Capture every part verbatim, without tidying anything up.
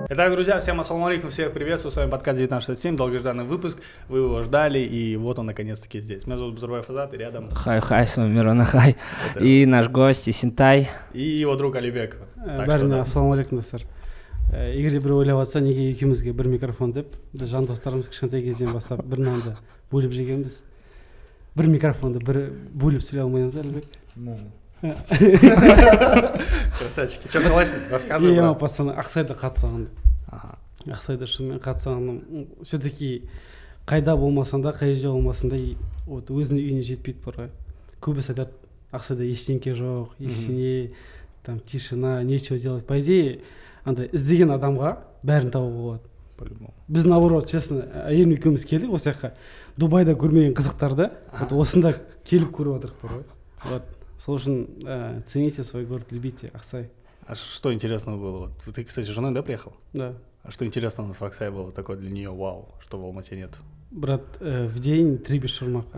Итак, друзья, всем ассаламу алейкум, всех приветствую, с вами подкаст девятнадцать шестьдесят семь, долгожданный выпуск, вы его ждали, и вот он наконец-таки здесь. Меня зовут Бузурбаев Азат, и рядом... Хай-хай, с вами Мирон Ахай, Это... и наш гость Исентай. И его друг Алибек. Бәріне ассаламу алейкум, достар. Егер де бір ойлап жатса, неге екеумізге бір микрофон деп, жан достарымыз кішкентай кезден бастап бір нанды бөліп жегенбіз. Бір микрофонды бір бөліп сөйлей алмаймыз, Алибек? Красавчики, что классно, рассказывай. Я пацаны, Ақсайда қатысағанды. Ақсайда шынымен қатысағанды. Все-таки қайда болмасанда, қай жерде болмасында, вот өзінің үйіне жетпейді бар ғой. Көбісі айтады, Ақсайда ештеңке жоқ, ештеңе, там тишина, нечего делать. По идее, андай іздеген адамға бәрін табуға болады. По-любому. Біз наоборот, честно, әйелім екеуміз келдік осы жаққа. Дубайда көрмеген қызықтарды, вот осында келіп көріп отырық бар ғой. Вот. Сол үшін э, цените свой город, любите Ақсай. А что интересного было? Вот ты, кстати, с женой, да, приехал? Да. А что интересного у нас в Ақсае было такое для нее, вау, что в Алмате нет? Брат, э, в день три бешбармаққа.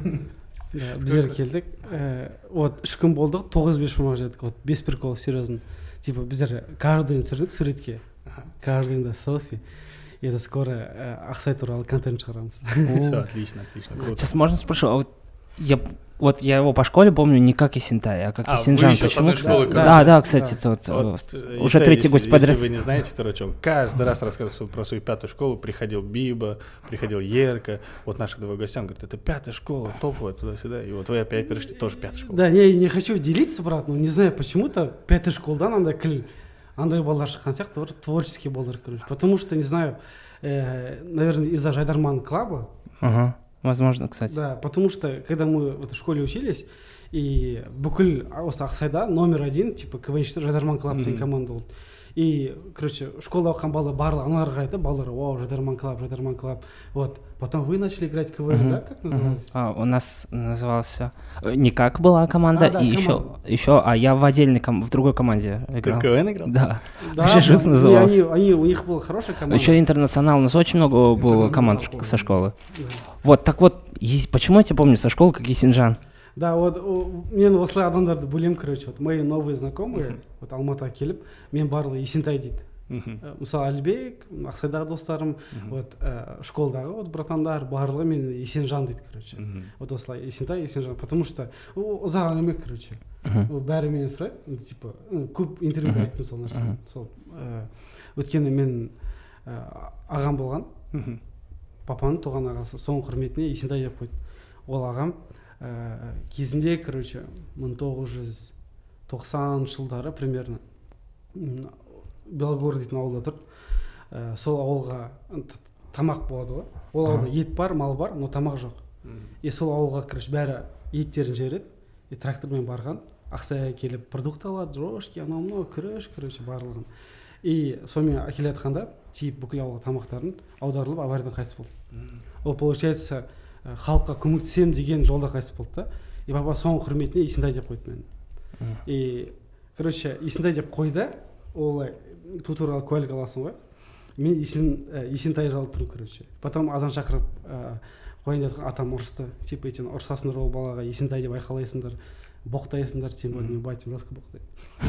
Біздер келдік. Вот үш күн болдық, тоғыз бешбармақ жедік. Вот без приколов, серьезно. Типа біздер каждый день түсірдік суретке. Каждый день селфи. И это скоро Ақсай туралы контент шығарамыз. Все, отлично, отлично, круто. Сейчас можно спрошу, а вот я... Вот я его по школе помню не как Исентай, а как а, Исенджан. Почему? Школы, да, да, да, кстати, да. Тот, вот, уже третий гость подряд. Если вы не знаете, короче, он каждый раз рассказывает про свою пятую школу. Приходил Биба, приходил Ерка, вот наших два гостя, он говорит, это пятая школа, топовая, туда-сюда. И вот вы опять пришли, тоже пятая школа. Да, я не хочу делиться, брат, но не знаю, почему-то пятая школадан андай кіл, андай балдар шыққан сияқты, творческий балдар, короче. Потому что, не знаю, э, наверное, из-за Жайдарман клаба. Ага. Возможно, кстати. Да, потому что, когда мы в этой школе учились, и бүкіл осы Ақсайда номер один, типа, КВНщик Жайдарман клаб деген команда болды. И, короче, школа оқыған балдар барлығы аналарға қарайды, балдар, вау, Жайдарман клаб, Жайдарман клаб. Вот. Потом вы начали играть КВН, uh-huh. да? Как называлось? Uh-huh. А, у нас назывался... Никак была команда, а, да, и команда. еще, еще... А я в отдельной, ком... в другой команде играл. Ты в КВН играл? Да. Да, Вообще да. назывался. Они, они, у них была хорошая команда. Еще интернационал. У нас очень много было команд со школы. Да. Вот, так вот, почему я тебя помню со школы, как Исенджан? Да, вот мен осылай адамдарды бөлем, короче, вот мои новые знакомые, вот Алматыға келіп, мен барлығы Исентай дейді. Мысалы Алибек, Ақсайдағы достарым, вот школдағы вот братандар барлығы мен Исенжан дейді, короче. Вот осылай Исентай, Исенжан, потому что ұзақ әңгіме, короче. Бәрі менен сұрайды, типа көп интервью айттым сол нәрсені. Сол өткенде мен ағам болған, папаның туған ағасы, соның құрметіне Исентай деп қойды. Ол ағам кезінде, короче, мың тоғыз жүз тоқсаныншы жылдары примерно Белогор дейтін ауылда тұрды. Ә, сол ауылға тамақ болады ғой. Ол ауылда ет бар, мал бар, но тамақ жоқ. И сол ауылға, короче, бәрі еттерін жереді. И трактормен барған, Ақсайға келіп продукт алады, дрожки, анау мынау, күріш, короче, барлығын. И сонымен әкеле жатқанда, тиіп бүкіл ауылға тамақтарын аударылып, авариядан қайтыс болды. Ол, получается, халыққа көмектесем деген жолда қайтыс болды да. И папа соның құрметіне Исентай деп қойды мені. И, короче, Исентай деп қойды, олай ту туралы куәлік аласың ғой. Мен Исентай жалып тұрмын, короче. Потом азан шақырып қойын деп атам ұрысты. Типа, етін ұрсасыңдар ол балаға Исентай деп айқалайсыңдар, боқтайсыңдар, тем более мен батим жестко боқтай.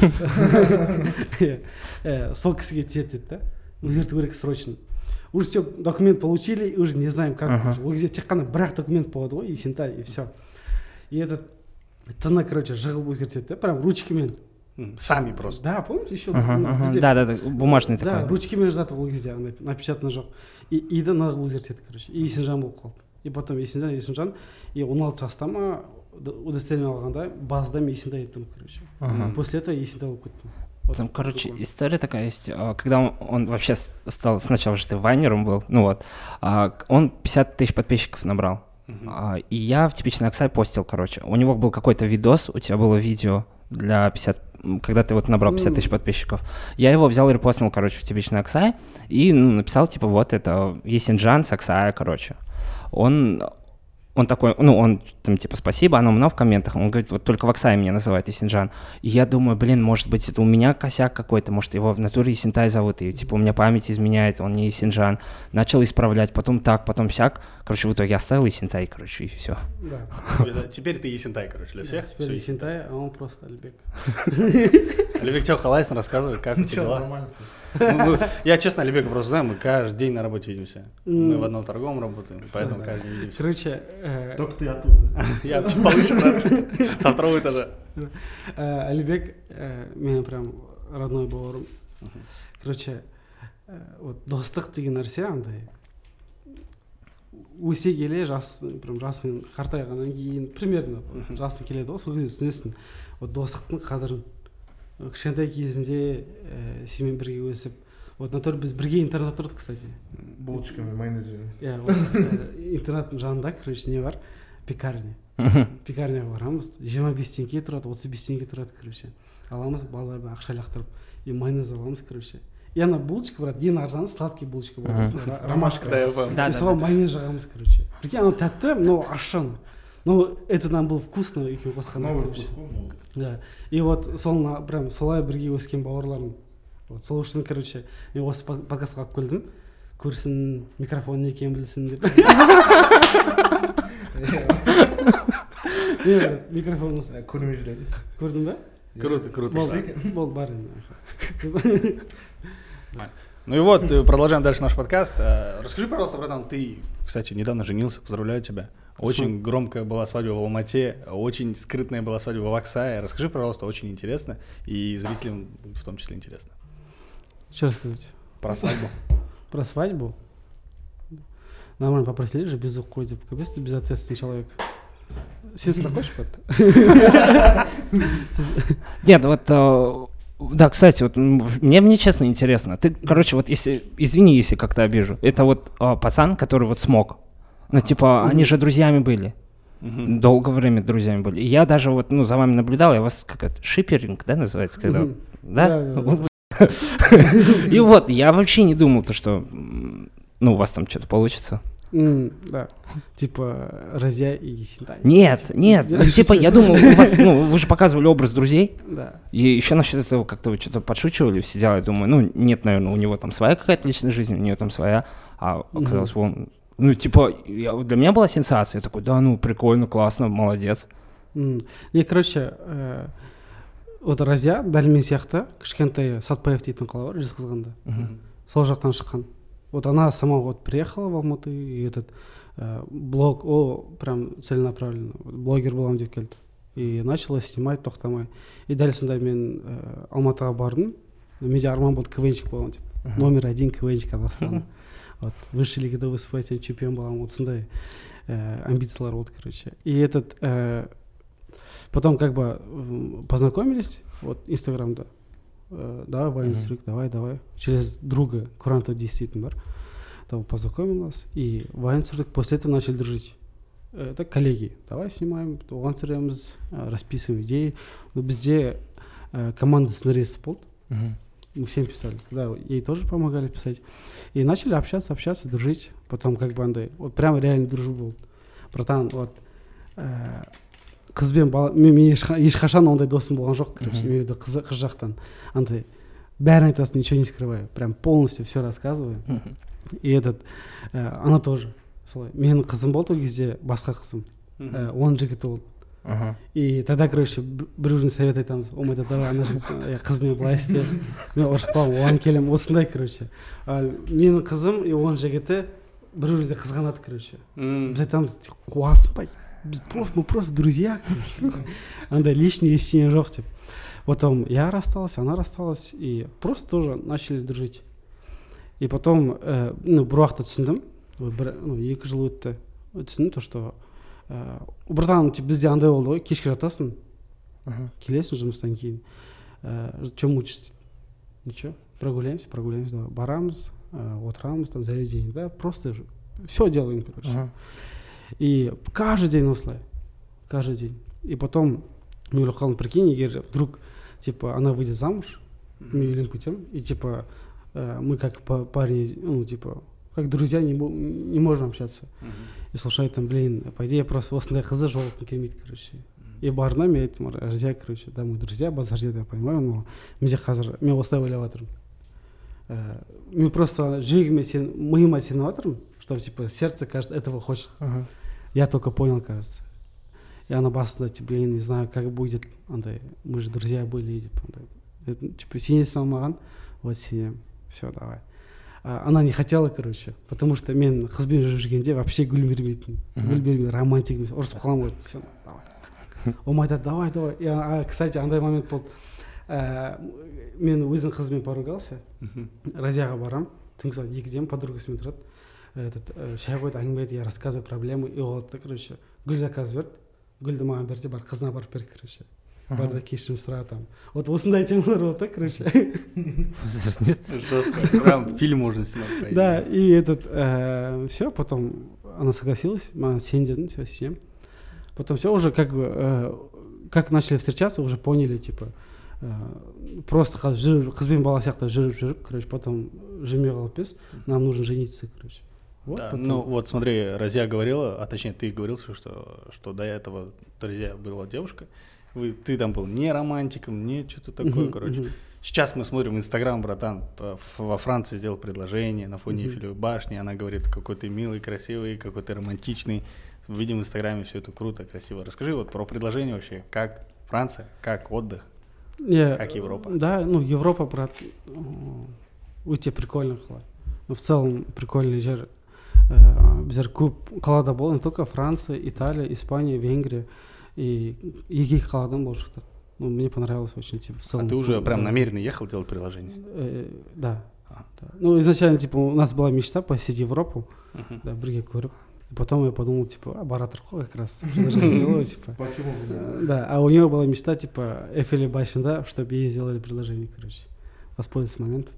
Сол кісіге тиеді деді да. Өзгерту керек срочно. Уже все, документ получили, и уже не знаем как. Ол кезде тек қана бір-ақ документ болады ғой, Исентай, и все. И этот тыны, короче, жығылып өзгертеді да, прям ручкамен. Сами просто. Да, помните еще? Uh-huh, ну, uh-huh. везде... Да, да, да, бумажный да, такой. Да, ручкамен жазады ол кезде, напечатано жоқ. И иді нағып өзгертеді, короче. И Исенжан болып қалды. И потом Исенжан, Исенжан, и он алты жаста ма удостоверение алғанда базада мен Исентай еттім, короче. Uh-huh. После этого Исентай болып кеттім. Вот, там, короче, такой. История такая есть. Когда он, он вообще стал, сначала же ты вайнером был, ну вот, он пятьдесят тысяч подписчиков набрал. Uh-huh. И я в типичный Ақсай постил, короче. У него был какой-то видос, у тебя было видео для пятьдесят, когда ты вот набрал пятьдесят тысяч подписчиков. Я его взял и репостнул, короче, в типичный Ақсай и ну, написал, типа, вот это Исенджан с Ақсая, короче. Он... Он такой, ну, он там, типа, спасибо, оно много в комментах. Он говорит, вот только в Ақсае меня называют Исенджан. И я думаю, блин, может быть, это у меня косяк какой-то, может, его в натуре Исентай зовут, и, типа, у меня память изменяет, он не Исенджан. Начал исправлять, потом так, потом сяк. Короче, в итоге оставил Исентай, короче, и все. Да. Теперь ты Исентай, короче, для всех. Теперь Исентай, а он просто Алибек. Алибек, что, халайсин, рассказывай, как у тебя Ничего, дела? нормально. Ну, я, честно, Алибека просто знаю, мы каждый день на работе видимся. Мы в одном торговом работаем, поэтому каждый день видимся. Короче, э, Только ты оттуда. Я чуть повыше, брат, со второго этажа. э, Алибек э, менің прям родной бауырым. Короче, э, вот достық деген нәрсе андай өсе келе жас прям жасың қартайғаннан кейін примерно жасың келеді ғой, сол кезде түсінесің вот достықтың қадірін. Кішкентай кезінде ә, сенімен бірге өсіп, вот натур біз бірге интернатта тұрдық, кстати. Булочками, майонезбен. Иә, вот ә, интернаттың жанында, короче, не бар? Пекарня. Пекарняға барамыз, жиырма бес теңге тұрады, отыз бес теңге тұрады, короче. Аламыз, балалармен ақша лақтырып, и майонез аламыз, короче. И ана булочка, брат, ең арзаны сладкий булочка болады. Ромашка. Да, я понял. Да, И да, соған да. майонез жағамыз, короче. Прикинь, ана тәтті, но ащы. Но это нам было вкусно, екеуі қосқанда. Новый короче. вкус, ну. Да. И вот сол на- прям солай бірге өскен бауырларым. Вот сол үшін, короче, мен осы под- подкастқа алып келдім. Көрсін, микрофон не екенін білсін деп. Не, брат, микрофон осы. Көрмей жүреді. Көрдің бе? Круто, круто. Болды, болды, бар енді. Ну и вот, э, продолжаем дальше наш подкаст. Э, Расскажи, пожалуйста, братан, ты, кстати, недавно женился, поздравляю тебя. Очень громкая была свадьба в Алмате, очень скрытная была свадьба в Аксае. Расскажи, пожалуйста, очень интересно, и зрителям будет в том числе интересно. Что рассказать? Про свадьбу. Про свадьбу? Нормально попросили же без ухода. Капец, ты безответственный человек. Сен сұрақ қойшы, брат. Нет, вот, э, да, кстати, вот м, мне, мне честно интересно. Ты, короче, вот если, извини, если как-то обижу, это вот э, пацан, который вот смог. Ну, типа, они же друзьями были. Мгм. Долгое время друзьями были. И я даже вот, ну, за вами наблюдал, я вас, как это, шиперинг, да, называется, когда, Мгм. да? Да, да, да. И вот, я вообще не думал, то, что, м, ну, у вас там что-то получится. М, Да. Типа Разия и Синтай. Нет, нет, Я ну, типа, шучу. я думал, у вас, ну, вы же показывали образ друзей, Да. и еще насчет этого как-то вы что-то подшучивали, все дела, я думаю, ну, нет, наверное, у него там своя какая-то личная жизнь, у нее там своя, а оказалось, вон, ну, типа, я- для меня была сенсация, я такой, да, ну, прикольно, классно, молодец. М. Не, короче, э, вот Разия дәл мен сияқты кішкентай Сатпаев дейтін қала бар, Жезқазғанда. Сол жақтан шыққан. Вот она сама вот приехала в Алматы, и этот э, блог, о, прям целенаправленно, блогер боламын деп келді. И начала снимать тоқтамай. И дәл сондай мен э, Алматыға бардым. Менде арман болды КВНщик боламын деп. Номер один КВНщик Қазақстана. Вот, высшей лигада выступать, чемпион боламын. Вот сондай э, амбициялар болды, короче. И этот э, потом как бы м, познакомились, вот, Инстаграмда. Э, давай, Ваня, Стрик, давай, давай. Через друга, Куранта действительно бар. Там познакомилась, и Ваня Стрик после этого начали дружить. Э, Это коллеги. Давай снимаем, оған түсіреміз, э, расписываем идеи. Но бізде э, команда сценаристов болды. Мы всем писали. Да, ей тоже помогали писать. И начали общаться, общаться, дружить. Потом как бы андай, вот прям реально дружба болды. Братан, вот э, қызбен бала, мен мен ешқа- ешқашан ондай досым болған жоқ, короче, Мгм. имею в виду қыз қыз жақтан. Андай бәрін айтасың, ничего не скрываю, прям полностью все рассказываю. И этот э, она тоже солай. Менің қызым болды ол кезде, басқа қызым, э, оның жігіті болды. Ага. И тогда, короче, бір біріне совет айтамыз. Омай, да давай ана жігіт қызбен былай істе. Мен ұрысып қаламын, оған келемін, осындай, короче. А, менің қызым и оның жігіті бір-бірімізді қызғанады, короче. Біз айтамыз, қуасың ба? Біз просто, мы просто друзья, короче. Андай лишнее ештеңе жоқ деп. Потом я рассталась, она рассталась, и просто тоже начали дружить. И потом, э, ну, бір уақытта түсіндім, бір, ну, екі жыл өтті, түсіндім то, что э, братан, типа, бізде андай болды ғой, кешке жатасың, Ага. келесің жұмыстан кейін, э, чем учишься? Ничего, прогуляемся, прогуляемся, давай, барамыз, э, отырамыз, там, заведение, да, просто все делаем, короче. Ага. И каждый день осылай, каждый день. И потом, мы ойлап қалдым, прикинь, егер вдруг, типа, она выйдет замуж, мы үйленіп кетем, и, типа, э, мы как па- парни, ну, типа, как друзья не, мо- не можем общаться. И слушай, там, блин, по идее, просто осындай қызды жолықтың келмейді, короче. И барына мен айттым, Разия, короче, да, мы друзья, базар жеді, я понимаю, но менде қазір, мен осылай ойлап жатырмын. Э, Мен просто жүрегіме сен, миыма сеніп жатырмын, что, типа, сердце, кажется, этого хочет. Ага. Я только понял, кажется. И она басында, типа, блин, не знаю, как будет, андай, мы же друзья были, и, типа, андай, типа, сенесің маған? Вот сенемін. Все, давай. А, она не хотела, короче, потому что мен қызбен жүріп жүргенде вообще гүл бермейтін. Гүл бермей, романтик емес. Ұрысып қаламын ғой. Все, давай. Ол айтады, давай, давай. И, а, кстати, андай момент болды. Ә, мен өзінің қызымен поругался. Разияға барам. Түнгі сағат екіден подругасымен тұрады. Этот шай қойды, әңгіме айтты, я рассказываю проблему. И ол айтты, короче, гүл заказ берді. Гүлді маған берді, бар қызына барып бер, короче. Бар да кешірім сұра там. Вот осындай темалар болды, короче. Жестко. Прям фильм можно снимать. Да, и этот, все, потом она согласилась, маған сен дедім, все, сенем. Потом все уже как бы, как начали встречаться, уже поняли, типа, просто қызбен бала сияқты жүріп жүріп, короче, потом жүрмей қалып біз, нам нужно жениться, короче. Вот, да, потом... ну вот смотри, Разия говорила, а точнее ты говорил, что, что до этого Разия была девушкой, вы, ты там был не романтиком, не что-то такое, uh-huh, короче. Uh-huh. Сейчас мы смотрим Инстаграм, братан, во Франции сделал предложение на фоне Эйфелевой башни, она говорит, какой ты милый, красивый, какой ты романтичный. Видим в Инстаграме все это круто, красиво. Расскажи вот про предложение вообще, как Франция, как отдых, yeah, как Европа. Да, ну Европа, брат, өте прикольно қала. Ну, в целом прикольный жер. Біздер көп қалада болды, не только Франция, Италия, Испания, Венгрия. И екі қаладан болып шықты. Ну, мне понравилось очень, типа, в целом. А ты уже прям намеренно ехал делать предложение? Э, да. А. да. Ну, изначально, типа, у нас была мечта посетить Европу, uh-huh. да, бірге көріп. И потом я подумал, типа, а, бара тұр ғой, как раз предложение сделаю, типа. Почему? Да, а у него была мечта, типа, Эйфелевой башни, да, чтобы ей сделали предложение, короче. Воспользоваться моментом.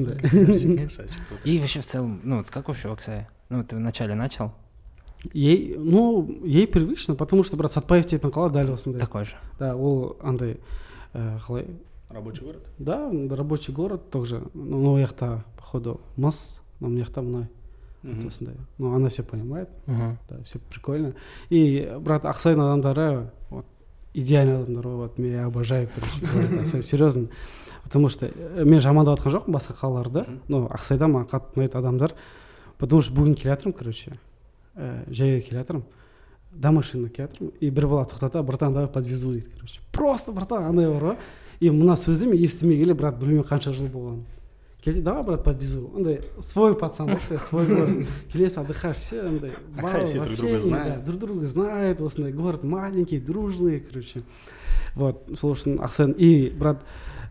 И вообще в целом, ну, как вообще в Аксае? Ну, ты вначале начал? Ей, ну, ей привычно, потому что, брат, Сатпаев тебе накала дали осындай. Такой же. Да, ол андай, қалай? Рабочий город? Да, рабочий город тоже. Ну, яхта, походу, мыс, но мне яхта мной. Uh-huh. Ну, она все понимает, uh-huh. да, все прикольно. И, брат, Аксайдың адамдары, вот, идеальный адамдар, вот, я обожаю, короче, серьезно. Потому что мен жамандап жатқан жоқпын басқа қалаларда, но Ақсайда маған қатты ұнайды адамдар. Потому что бүгін келе жатырмын, короче, жаяу келе жатырмын, до машины келе жатырмын, и бір бала тоқтата, братан, давай подвезу дейді, короче. Просто, братан, андай бар ғой. И мына сөзді мен естімей келе, брат, білмей қанша жыл болған. Келе, давай, брат, подвезу. Андай, свой пацан, свой город. Келесі отдыхаешь, все, андай, Аксай все друг друга знают. Друг друга знают, осындай город маленький, дружный, короче. Вот, слушай, Ақсай, и, брат,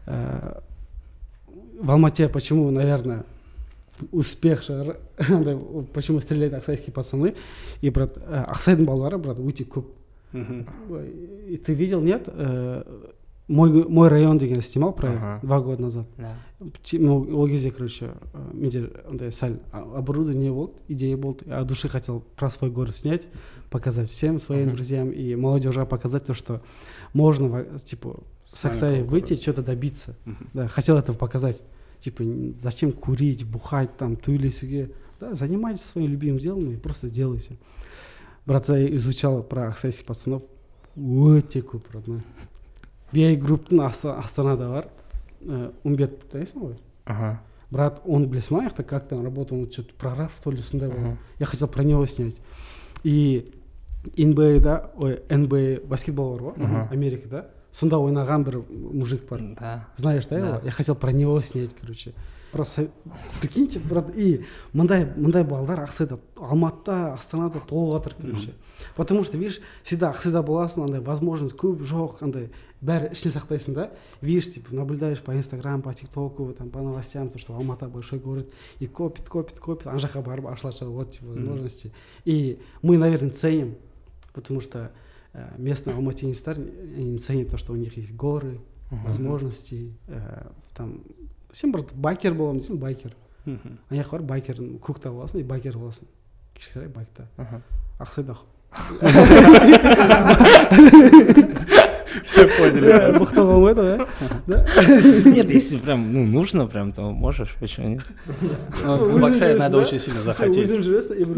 в Алмате почему, наверное, успех, почему стреляют аксайские пацаны, и, брат, Ақсайдың балалары, брат, өте көп. И ты видел, нет? Мой, мой район деген снимал проект uh-huh. два года назад. Yeah. Ну, ол кезде, короче, менде андай сәл оборудование болды, идея болды. Я от души хотел про свой город снять, показать всем своим uh-huh. друзьям и молодежи показать то, что можно, типа, с Аксаи выйти, что-то добиться. Uh-huh. Да, хотел этого показать. Типа, зачем курить, бухать, там, туйлесуге. Да, занимайтесь своим любимым делом и просто делайте. Брат, я изучал про аксайских пацанов. Өте көп, родной. би ай групптың Астанада бар. Умбет, таисың ғой? Ага. Брат, он блесма, я как там работал, он что-то прораб, что ли, сондай был. Я хотел про него снять. И эн би эй, да, ой, эн би эй баскетбол бар ғой, Америка, да? Сонда ойнаған бір мужик бар. Да. Знаешь, да, его? Я хотел про него снять, короче. Просто, прикиньте, брат, и мындай, мындай балдар Ақсайда, Алматыда, Астанада толып жатыр, короче. Потому что, видишь, всегда Ақсайда боласың, андай возможность көп жоқ, андай бәрі ішіне сақтайсың, да? Видишь, типа, наблюдаешь по Инстаграму, по ТикТоку, там, по новостям, то, что Алмата большой город, и копит, копит, копит, ан жаққа барып ашылады, вот, типа, возможности. И мы, наверное, ценим, потому что э, местные алматинцы, они ценят то, что у них есть горы, возможности, э, там, сен бір байкер боламын десең, байкер. Аяқ бар, байкер, кругта боласың и байкер боласың. Кішкірай байкта. Ақсайда. Все поняли. Мықты болмайды, да? Нет, если прям, ну, нужно прям, то можешь, почему нет? В Аксае надо очень сильно захотеть. Өзің жүресің и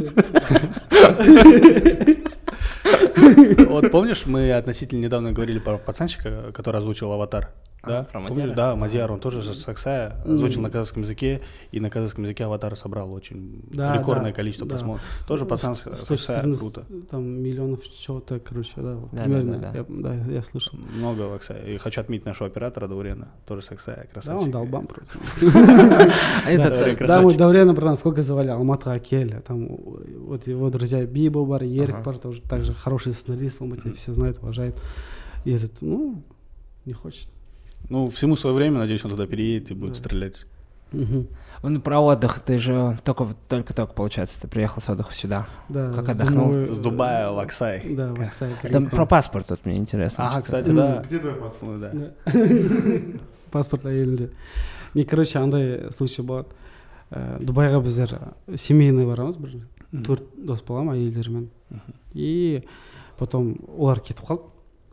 Вот помнишь, мы относительно недавно говорили про пацанчика, который озвучил «Аватар»? Да, про помнишь? Мадьяра? Да, Мадьяр, он тоже же с Аксая озвучил на казахском языке, и на казахском языке «Аватар» собрал очень Да, рекордное да, количество да. просмотров. Тоже пацан с сто с Аксая, четырнадцать, круто. Там миллионов чего-то, короче, да. вот Да, примерно. да, да, Я, да, я слышал. Много в Аксае. И хочу отметить нашего оператора Даурена, тоже с Аксая, Да, красавчик. он долбам просто. А этот, Да, э, красавчик. Да, мы Даурена, братан, сколько звали, Алматыға келі. Там вот его друзья Бибо бар, Ерик Ага. бар, тоже также хороший сценарист в Алмате, все знают, уважают. И этот, ну, не хочет. Ну, всему свое время, надеюсь, он туда переедет и будет Да. стрелять. Мгм. ну, про отдых, ты же только, только-только, получается, ты приехал с отдыха сюда. Да, Как с отдохнул? Дубая, С Дубая в Аксай. Да, в Аксай. Там про паспорт вот мне интересно. Ага, что- кстати, да. Где твой паспорт? Ну, да. Да. Паспорт әйелінде. Не, короче, андай случай болады. Ә, Дубайға біздер семейный барамыз, бір Мгм. төрт дос балам әйелдермен. Мгм. И потом олар кетіп қалды.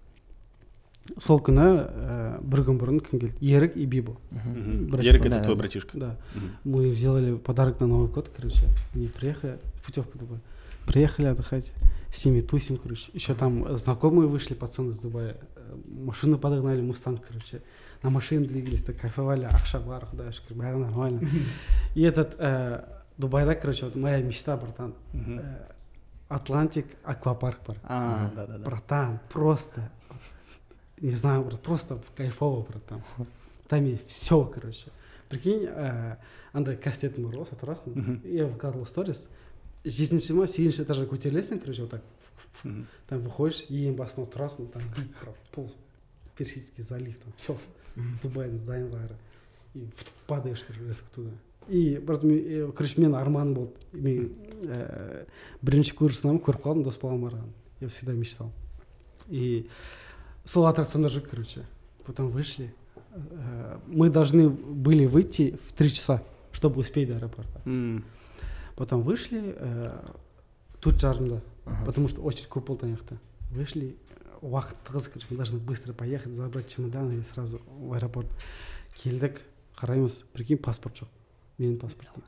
Сол күні ә, бір күн бұрын кім келді? Ерік и Бибо. Мгм. Мгм. Братишка. Ерик, Да, это да, твой да. братишка. Да. Мгм. Мы сделали подарок на Новый год, короче. Они приехали, путевка в Дубай. Приехали отдыхать, с ними тусим, короче. Еще там знакомые вышли, пацаны из Дубая. Э, Машину подогнали, Мустанг, короче. На машине двигались, так кайфовали, ахша бар, да, шкр, бәрі нормально. И этот, э, Дубайда, короче, вот моя мечта, братан. Мгм. Э, Атлантик аквапарк бар. А, да-да-да. Братан, просто, не знаю, брат, просто кайфово, братан. Там есть все, короче. Прикинь, ә, андай кастетім бар ғой, отырасың. Мгм. Я выкладывал сторис. Жетінші ма, сегізінші этажға көтерілесің, короче, вот так. Мгм. Там выходишь, ең басына тұрасың, там вид про пол, Персидский залив, там все. Дубайдың зданиялары. И падаешь, короче, туда. И, брат, мен- е, короче, менің арманым болды. Мен ә, бірінші курсынан көріп қалдым, дос балам барған. Я всегда мечтал. И сол аттракционда жүр, короче. Потом вышли. Э, Мы должны были выйти в три часа, чтобы успеть до аэропорта. М. Потом вышли, э, тут жарымда, Ага. потому что очередь көп болды аяқта. Вышли, уақыт тығыз, короче, мы должны быстро поехать, забрать чемоданы и сразу в аэропорт. Келдік, қараймыз, прикинь, паспорт жоқ. Менің паспорт дейді.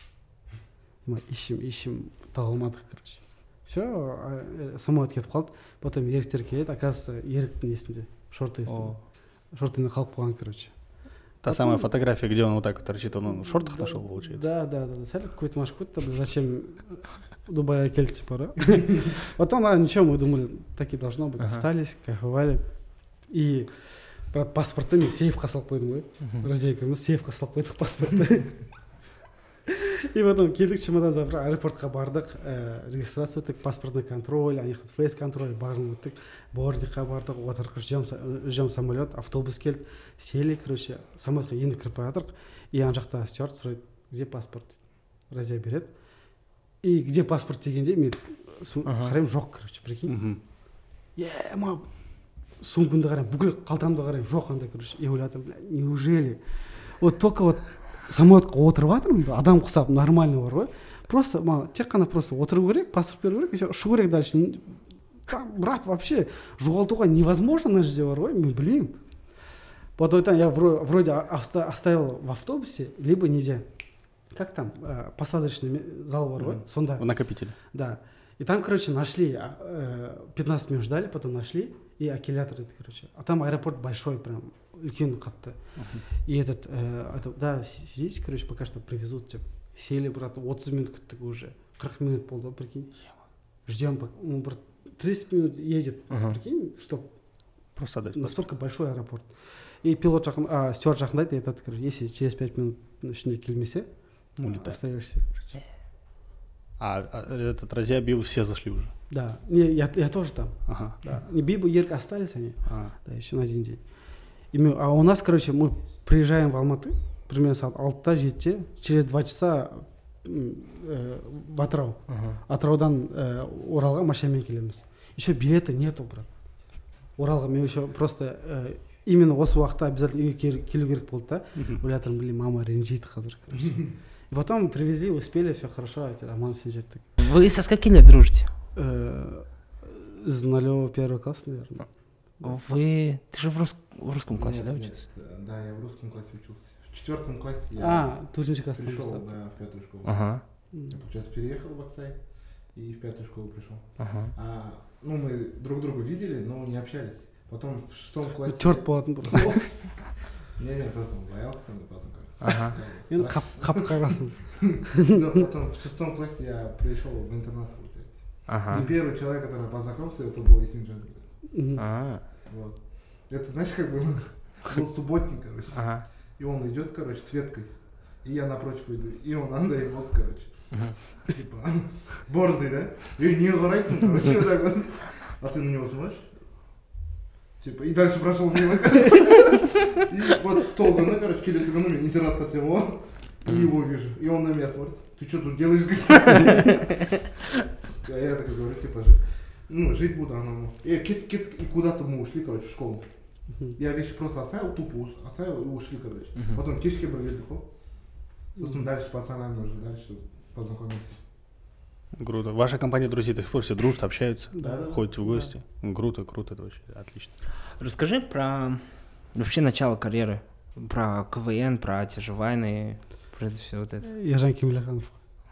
Мы ищем, ищем, таба алмадық, короче. Все, самолет кетіп қалды. Потом еріктер келеді, оказывается, еріктің несінде, шорты О. шортында қалып қойған, короче. Та самая фотография, где он вот так вот торчит, он в шортах Да, нашел, получается. Да, да, да. Сәл какой-то машкут, зачем Дубай келді, типа, да? Потом, а, ничего, мы думали, так и должно быть. Ага. Остались, кайфовали. И брат, паспортты мен сейфқа салып қойдым ғой. Мгм. Разделкамыз сейфқа салып қойдық паспортты. И потом келдік, чемодан забрал, аэропортқа бардық, ә, регистрация өттік, паспортный контроль, ана жақта фейс контроль, барын өттік, бордикқа бардық, отырқыш ждем самолет, автобус келді, сели, короче, самолетқа енді кіріп бара жатырық, и ана жақта стюард сұрайды, где паспорт? Разия береді. И где паспорт дегенде мен сум- Ага. қараймын, жоқ, короче, прикинь. Мгм. Е, ма, сумкамды қараймын, бүкіл қалтамды қараймын, жоқ андай, короче, и ойладым, бля, неужели? Вот только вот самолетқа отырып жатырмын, адам құсап нормально бар ғой. Просто, ма, тек қана просто отыру керек, паспорт беру керек, и все, ұшу керек дальше. Н- Там, брат, вообще, жоғалтуға невозможно мына жерде бар ғой, мен білмеймін. Потом айтамын, я вро- вроде оста- оставил в автобусе, либо нельзя. Как там, э, посадочный ме- зал бар ғой, Мгм. сонда. В накопителе. Да. И там, короче, нашли, а, э, пятнадцать минут ждали, потом нашли, и аккумулятор, это, короче. А там аэропорт большой, прям, үлкен қатты. И этот, э, это, да, си- сидите, короче, пока что привезут, типа. Сели, брат, отыз минут күттік уже. қырық минут болды, прикинь. Ждем, пока- ну, брат, тридцать минут едет, Ага. прикинь, что Просто отдать. настолько большой аэропорт. И пилот жақын, а, стюард жақындайды, этот, короче, если через пять минут ішінде келмесе, Улетай. остаешься, короче. А, а этот Разия Бил все зашли уже. Да, не, я, я тоже там. Ага. Да. Не Биба, Ерк остались они. А. Да, еще на один день. И мы, а у нас, короче, мы приезжаем в Алматы, примерно сағат алтыда жетіде, через два часа м, э, в Атырау. Ага. Атыраудан э, Оралға машинамен келеміз. Еще билета нету, брат. Оралға мен еще просто э, именно осы уақытта обязательно үйге кел- келу керек болды да. Мгм. Ойлап тұрмын, блин, мама ренжиді қазір, короче. И потом привезли, успели, все хорошо, аман сен жеттік. Вы со скольки лет дружите? Э, С нулевого первого класса, наверное. Вы... Ты же в, рус- в русском классе, Нет, да, нет, учился? Да, я в русском классе учился. В четвертом классе я А, төртінші класстан пришел бастап. да, в пятую школу. Ага. Я, получается, переехал в Аксай и в пятую школу пришел. Ага. А, ну, мы друг друга видели, но не общались. Потом в шестом классе... Черт болатын. Не, не, просто он боялся, и потом Ага. Енді қап қап қарасын. Потом в шестом классе я пришел в интернат, получается. Ага. И первый человек, который познакомился, это был Исинджан. А, Вот. Это, знаешь, как бы был субботник, короче. ага. И он идет, короче, с веткой. И я напротив иду. И он андай вот, короче. Типа, борзый, да? И не горайся, короче, вот так вот. А ты на него смотришь? Типа, и дальше прошел мимо, короче. И вот стол ганы, короче, келесі ганы мен интернатқа тем его. И его вижу. И он на меня смотрит. Ты что тут делаешь, говорит? А я такой говорю, типа, жить. Ну, жить буду, она. И кит, кит, и куда-то мы ушли, короче, в школу. Я вещи просто оставил, тупо ус- оставил и ушли, короче. Потом кешке бір келдік қой. Сосын дальше с пацанами уже дальше познакомились. Круто. Ваша компания друзей до сих пор все дружат, общаются, Да, да. ходите в гости. Круто, круто, это вообще отлично. Расскажи про вообще начало карьеры, про КВН, про те же вайны, про это все вот это. Ержан Кемелханов.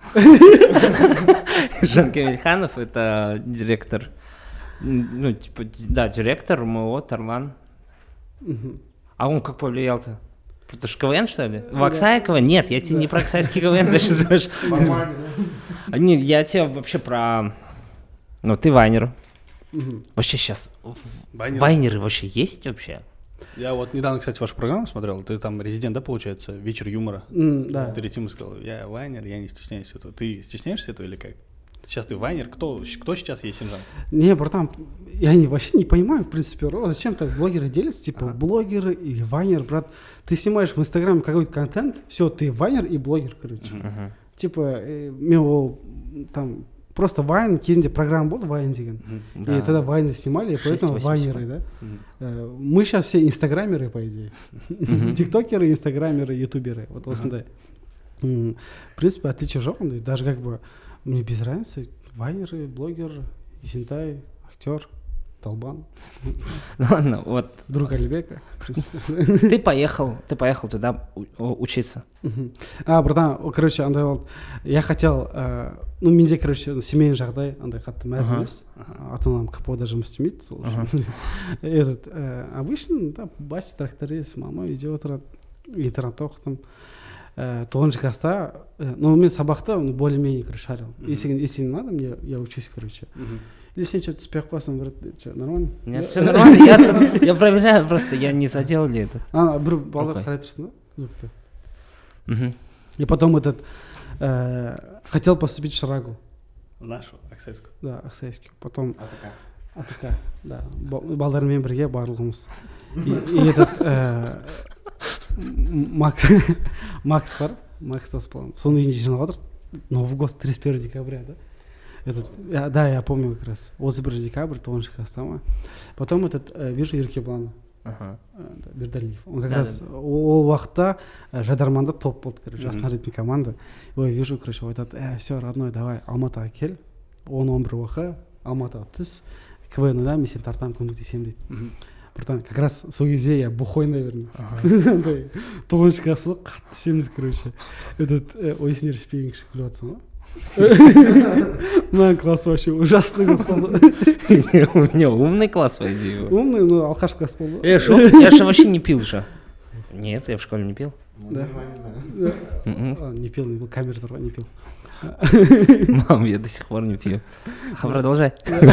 Жан Кемельханов — это директор, ну, типа, да, директор МО «Тарлан». Мгм. А он как повлиял-то? Потому что КВН, что ли? В Аксае КВН? Нет, я тебе не про аксайский КВН зашизываешь. Нормально, да? Не, я тебе вообще про... Ну, ты вайнер. Мгм. Вообще сейчас Вайнеры. вайнеры вообще есть вообще? Я вот недавно, кстати, вашу программу смотрел, ты там резидент, да, получается, вечер юмора. М, Да. Ты ретим сказал, я вайнер, я не стесняюсь этого. Ты стесняешься этого или как? Сейчас ты вайнер, кто, кто сейчас есть Синжан? Не, братан, я не, вообще не понимаю, в принципе, Ро, зачем так блогеры делятся, типа Ага. блогеры и вайнер, брат. Ты снимаешь в Инстаграме какой-то контент, все, ты вайнер и блогер, короче. Мгм. Типа, э, мен ол там просто вайн кезінде программа болды, вайн деген. И Да. тогда вайны снимали, и поэтому шесть вайнеры, да. Э, Мы сейчас все инстаграмеры, по идее. Мгм. Тиктокеры, инстаграмеры, ютуберы. Вот осындай. М, В принципе, отличия жоқ ондай. Даже как бы мне без разницы. Вайнеры, блогер, Есентай, актер, Толбан, Ну ладно, вот друг Алибека. в принципе. ты поехал, ты поехал туда у- у- учиться. Мгм. А, братан, о, короче, андай болды. Я хотел, э, ну, менде, короче, семейный жағдай, андай қатты мәз Ага. емес. Ата анам КПО-да жұмыс істемейді. сол үшін. Этот, э, обычно, да, батя тракторист, мама үйде отырады, интернатта оқыдым. Э, тоғызыншы класста, э, ну, мен сабақта ну, более-менее, короче, шарил. Если, если не надо, мне, я учусь, короче. Или сен что-то түспей ақ қойсаң, брат, что, нормально? Нет, Я- все нормально, я, тут- я проверяю просто, я не задел ли это. А, бір балдар Окей. қарай тұрсын, да, звукты. Мгм. И потом этот, э, хотел поступить в Шарагу, Нашу, Аксайскую. да, Аксайский. Потом А такая. АТК, да, ба- балдармен бірге барлығымыз. И, и этот, э, М- Макс, Макс бар, Макс Оспан, соның үйінде жиналып жатыр. Новый год, тридцать первого декабря, да? Этот, я- да, я помню как раз. отыз бірінші декабрь, тоғызыншы класста ма. Потом этот, э, вижу Еркеблан Ага. э, да, Бердалиев. Он как Да, раз ол уақытта э, Жайдарманда топ болды, короче, Мгм. жастар дейтін команда. Ой, вижу, короче, ол айтады, э, все, родной, давай, Алматыға кел, он он бір оқы, Алматыға түс, КВН-да мен сені тартамын, көмектесемін дейді. Братан, как раз сол кезде я бухой, наверное. Андай, тоғызыншы класс болды, қатты ішеміз, короче. Этот, э, ой, сендер ішпеген кіші күліп жатсың ғой. Мына класс вообще ужасный класс болды. У меня умный класс, по идее. Умный, но алкаш класс болды. Э, шо? Я же вообще не пил же. Нет, я в школе не пил. Ну, Да. не знаю, не знаю. Мгм. А, не пил, не был, камера тоже не пил. Мам, я до сих пор не пью. А продолжай.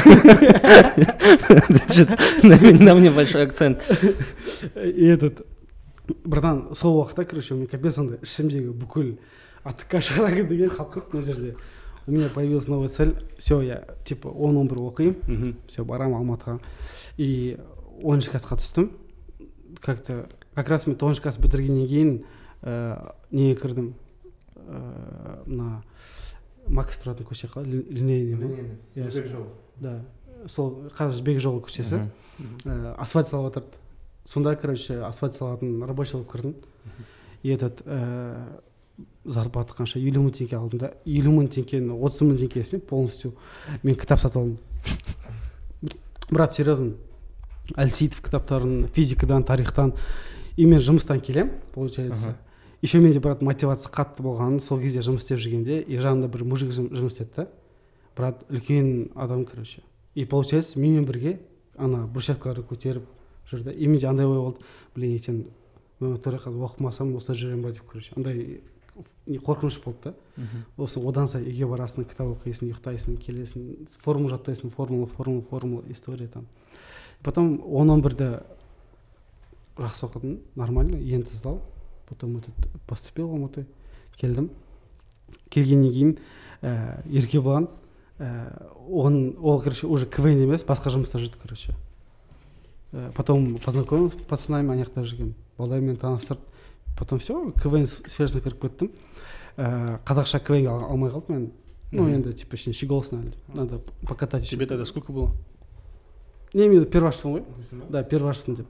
Даже На на мне большой акцент. И этот, братан, сол уақытта, короче, у меня капец андай ішімдегі бүкіл АТК Шарага деген қалып кетті мына жерде. У меня появилась новая цель. Все, я типа он он бір оқимын. Все, барамын Алматыға. И оныншы классқа түстім. Как-то, как раз мен тоғызыншы класс бітіргеннен кейін ә, неге кірдім. Ә, мына Макс тұратын көше қалай? Линейный ма? Ленин. Я Жібек жолы. Да. Сол қазір жібек жолы көшесі. Мгм. Ә, асфальт салып жатырды. Сонда, короче, асфальт салатын рабочий болып кірдім. И этот ә, зарплата қанша? елу мың теңге алдым да. елу мың теңгені отыз мың теңгесіне полностью мен кітап сатып алдым. Брат, серьезно. Әлсейітов кітаптарын, физикадан, тарихтан. И мен жұмыстан келем, получается. Ага. Еще менде, брат, мотивация қатты болған. Сол кезде жұмыс істеп жүргенде, и жанымда бір мужик жым- жұмыс істеді да. Брат, үлкен адам, короче. И получается, менімен бірге ана брусчаткаларды көтеріп жүрді. И менде андай ой болды, блин, ертең мен тура қазір оқымасам осылай жүремін ба деп, короче андай не қорқыныш болды да. Осы одан сайын үйге барасың, кітап оқисың, ұйықтайсың, келесің, формула жаттайсың, формула, формула, формула, история там. Потом он он бірде жақсы оқыдым, нормально, енді сдал. Потом этот поступил в Алматы, келдім. Келгеннен кейін ә, Еркебұлан, ә, он, ол, короче, уже КВН емес, басқа жұмыста жүрді, короче. Ә, потом познакомился с пацанами, ана жақта жүрген. Балдармен таныстырып. Потом все, КВН сферасына кіріп кеттім. Ә, қазақша КВН алмай қалдым мен. Ну, енді, типа, щеголсно, надо покатать. Тебе тогда сколько было? Не, мен первашсың ғой. Да, первашсың деп.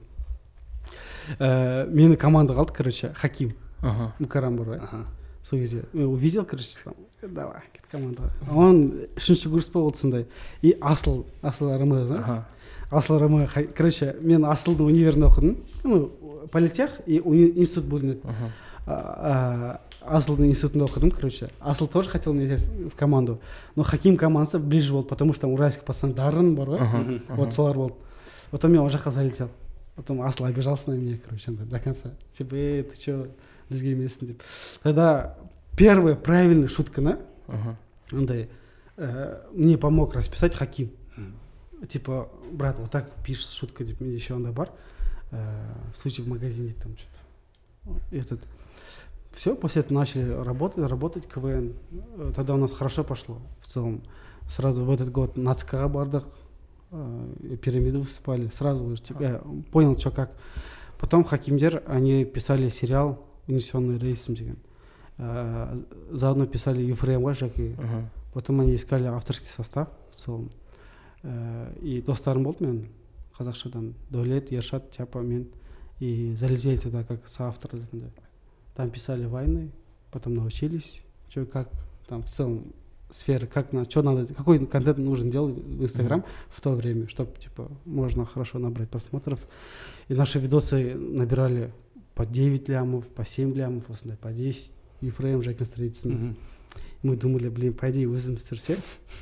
Ә, мені команда қалды, короче, Хаким. Ага. Мукарам бар ғой. Ага. Сол кезде мен увидел, короче, там, давай, кет командаға. Он үшінші курс па болды сондай. И Асыл, Асыл Рамы, знаешь? Ага. Асыл Рамы, короче, мен Асылдың универінде оқыдым. Ну, политех и институт бөлінеді. Ага. Асылдың институтында оқыдым, короче. Асыл тоже хотел меня взять в команду. Но Хаким командасы ближе болды, потому что там уральский пацан Дарын бар ғой. Ага. Вот солар болды. Потом я уже жаққа залетел. Потом Асыл обижался на меня, короче, до конца. Типа, эй, ты чё, бізге емессің деп. Тогда первая правильная шутка, да? Ага. Андай, э, мне помог расписать Хаким. Типа, брат, вот так пишешь шутка, типа, мне еще андай бар. Э, случай в магазине там что-то. Этот. Все, после этого начали работать, работать КВН. Тогда у нас хорошо пошло в целом. Сразу в этот год Нацкага бардық, э, пирамиды выступали. Сразу уже типа, я понял, что как. Потом Хакимдер, они писали сериал «Унесенный рейсом» деген. Э, заодно писали Ефремға Жаки. Ага. Потом они искали авторский состав в целом. Э, и достарым болды мен қазақшадан. Дәулет, Ершат, Тяпа, мен. И залетели туда как соавтор. Там писали войны, потом научились, что и как. Там в целом сферы, как на, что надо, какой контент нужно делать в Инстаграм mm-hmm. в то время, чтобы типа можно хорошо набрать просмотров. И наши видосы набирали по девять лямов, по семь лямов, по десять. Ефрем Жакин строительный. Mm-hmm. Мы думали, блин, пойди вызовем все.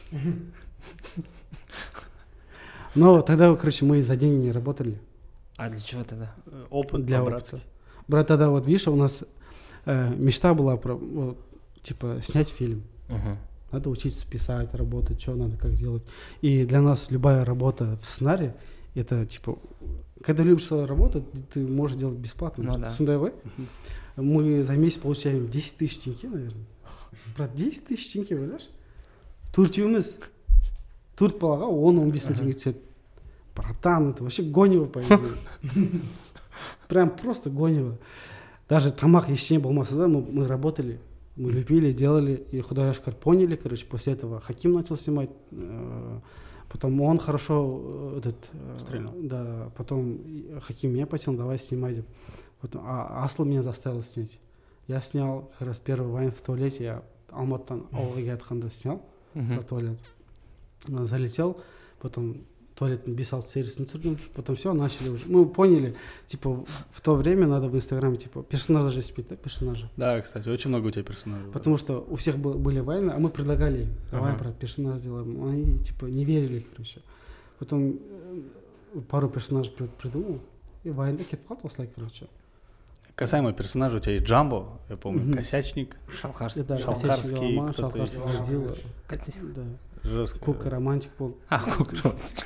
Но тогда, короче, мы за деньги не работали. А для чего тогда? Опыт для набраться. Брат, тогда вот видишь, у нас э, мечта была про, вот, типа, снять фильм. Uh-huh. Надо учиться писать, работать, что надо, как делать. И для нас любая работа в сценарии, это, типа, когда любишь свою работу, ты можешь делать бесплатно. Ну да. Uh-huh. Мы за месяц получаем десять тысяч тенге, наверное. Брат, десять тысяч тенге, понимаешь? Төртеуміз. Төрт балаға он он бес мың тенге түседі. Братан, это вообще гонево, по идее. Прям просто гонево. Даже тамақ ештеңе болмаса да, мы, мы работали, мы лепили, делали, и Худая Шкар поняли, короче, после этого Хаким начал снимать, э, потом он хорошо этот, э, стрельнул. Да, потом Хаким меня потянул, давай снимай. Потом, а Асл меня заставил снять. Я снял как раз первый вайн в туалете, я Алматтан Ауылға келатқанда снял Uh-huh. про туалет. Залетел, потом туалеттің бес алты сериясын түсірдім, потом все, начали уже. Мы поняли, типа, в то время надо в Инстаграме, типа, персонажа же спить, да, персонажа. Да, кстати, очень много у тебя персонажей. Потому что у всех были войны, а мы предлагали им, давай, Ага. брат, персонаж сделаем. Они, типа, не верили, короче. Потом э, пару персонажей придумал, и война кетіп қалды осылай, короче. Касаемо персонажа, у тебя есть Джамбо, я помню, Мгм. Косячник, Шалхарский. Да, Шалхарский, Голома, кто-то Шалхарский есть. Годзилла, Катя- да. жестко. Кука романтик был. А, Кука.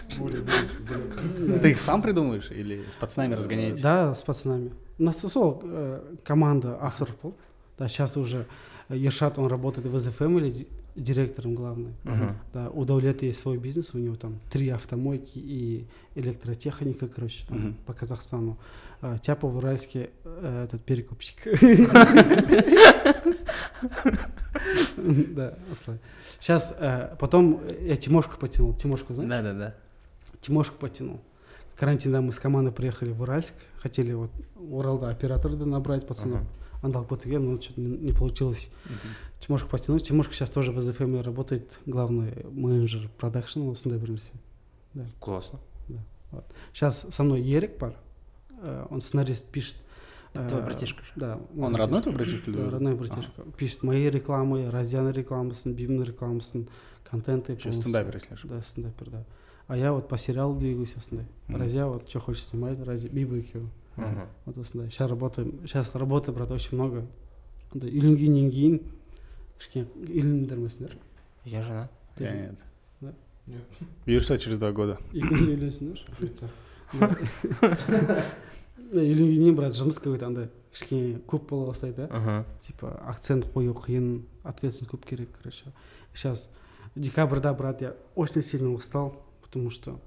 Ты их сам придумываешь или с пацанами разгоняете? Да, с пацанами. У нас сол, э, команда авторов был. Да, сейчас уже Ершат, он работает в зе эф эм или директором главный. Ага. Да, у Дәулета есть свой бизнес, у него там три автомойки и электротехника, короче, там, Мгм. по Казахстану. А, Тяпа в Уральске э, этот перекупщик. Да, осла. Сейчас, потом я Тимошку потянул. Тимошку, знаешь? Да-да-да. Тимошку потянул. Карантинда мы с командой приехали в Уральск, хотели вот Уралда оператора набрать пацанов. Андал Батыген, но что-то не, не получилось. Тимошку потянул. Тимошка сейчас тоже в зе эф эм работает, главный менеджер продакшена, в Сундай-Бермесе. Да. Классно. Да. Вот. Сейчас со мной Ерик пар, э, он сценарист пишет. Это твой братишка же? Да. Он родной твой братишка? Да, родной братишка. Пишет мои рекламы, Раздяна рекламысын, Бибин рекламысын, контенты. Еще стендапер, если что. Да, стендапер, да. А я вот по сериалу двигаюсь, основной. Мгм. Разя вот что хочет снимать, Рази, Биба екеуі. Мгм. Вот осындай. Сейчас работаем, сейчас работы, брат, очень много. Андай үйленгеннен кейін кішкене үйлендірмесіңдер. Я жена. Я нет. Да? Нет. Бұйырса через два года. Екінші үйленсіңдер. Үйленгеннен кейін, брат, жұмыс какой-то андай кішкене көп бола бастайды, да? Ага. Типа акцент қою қиын, ответственность көп керек, короче. Сейчас декабрьда, брат, я очень сильно устал, потому что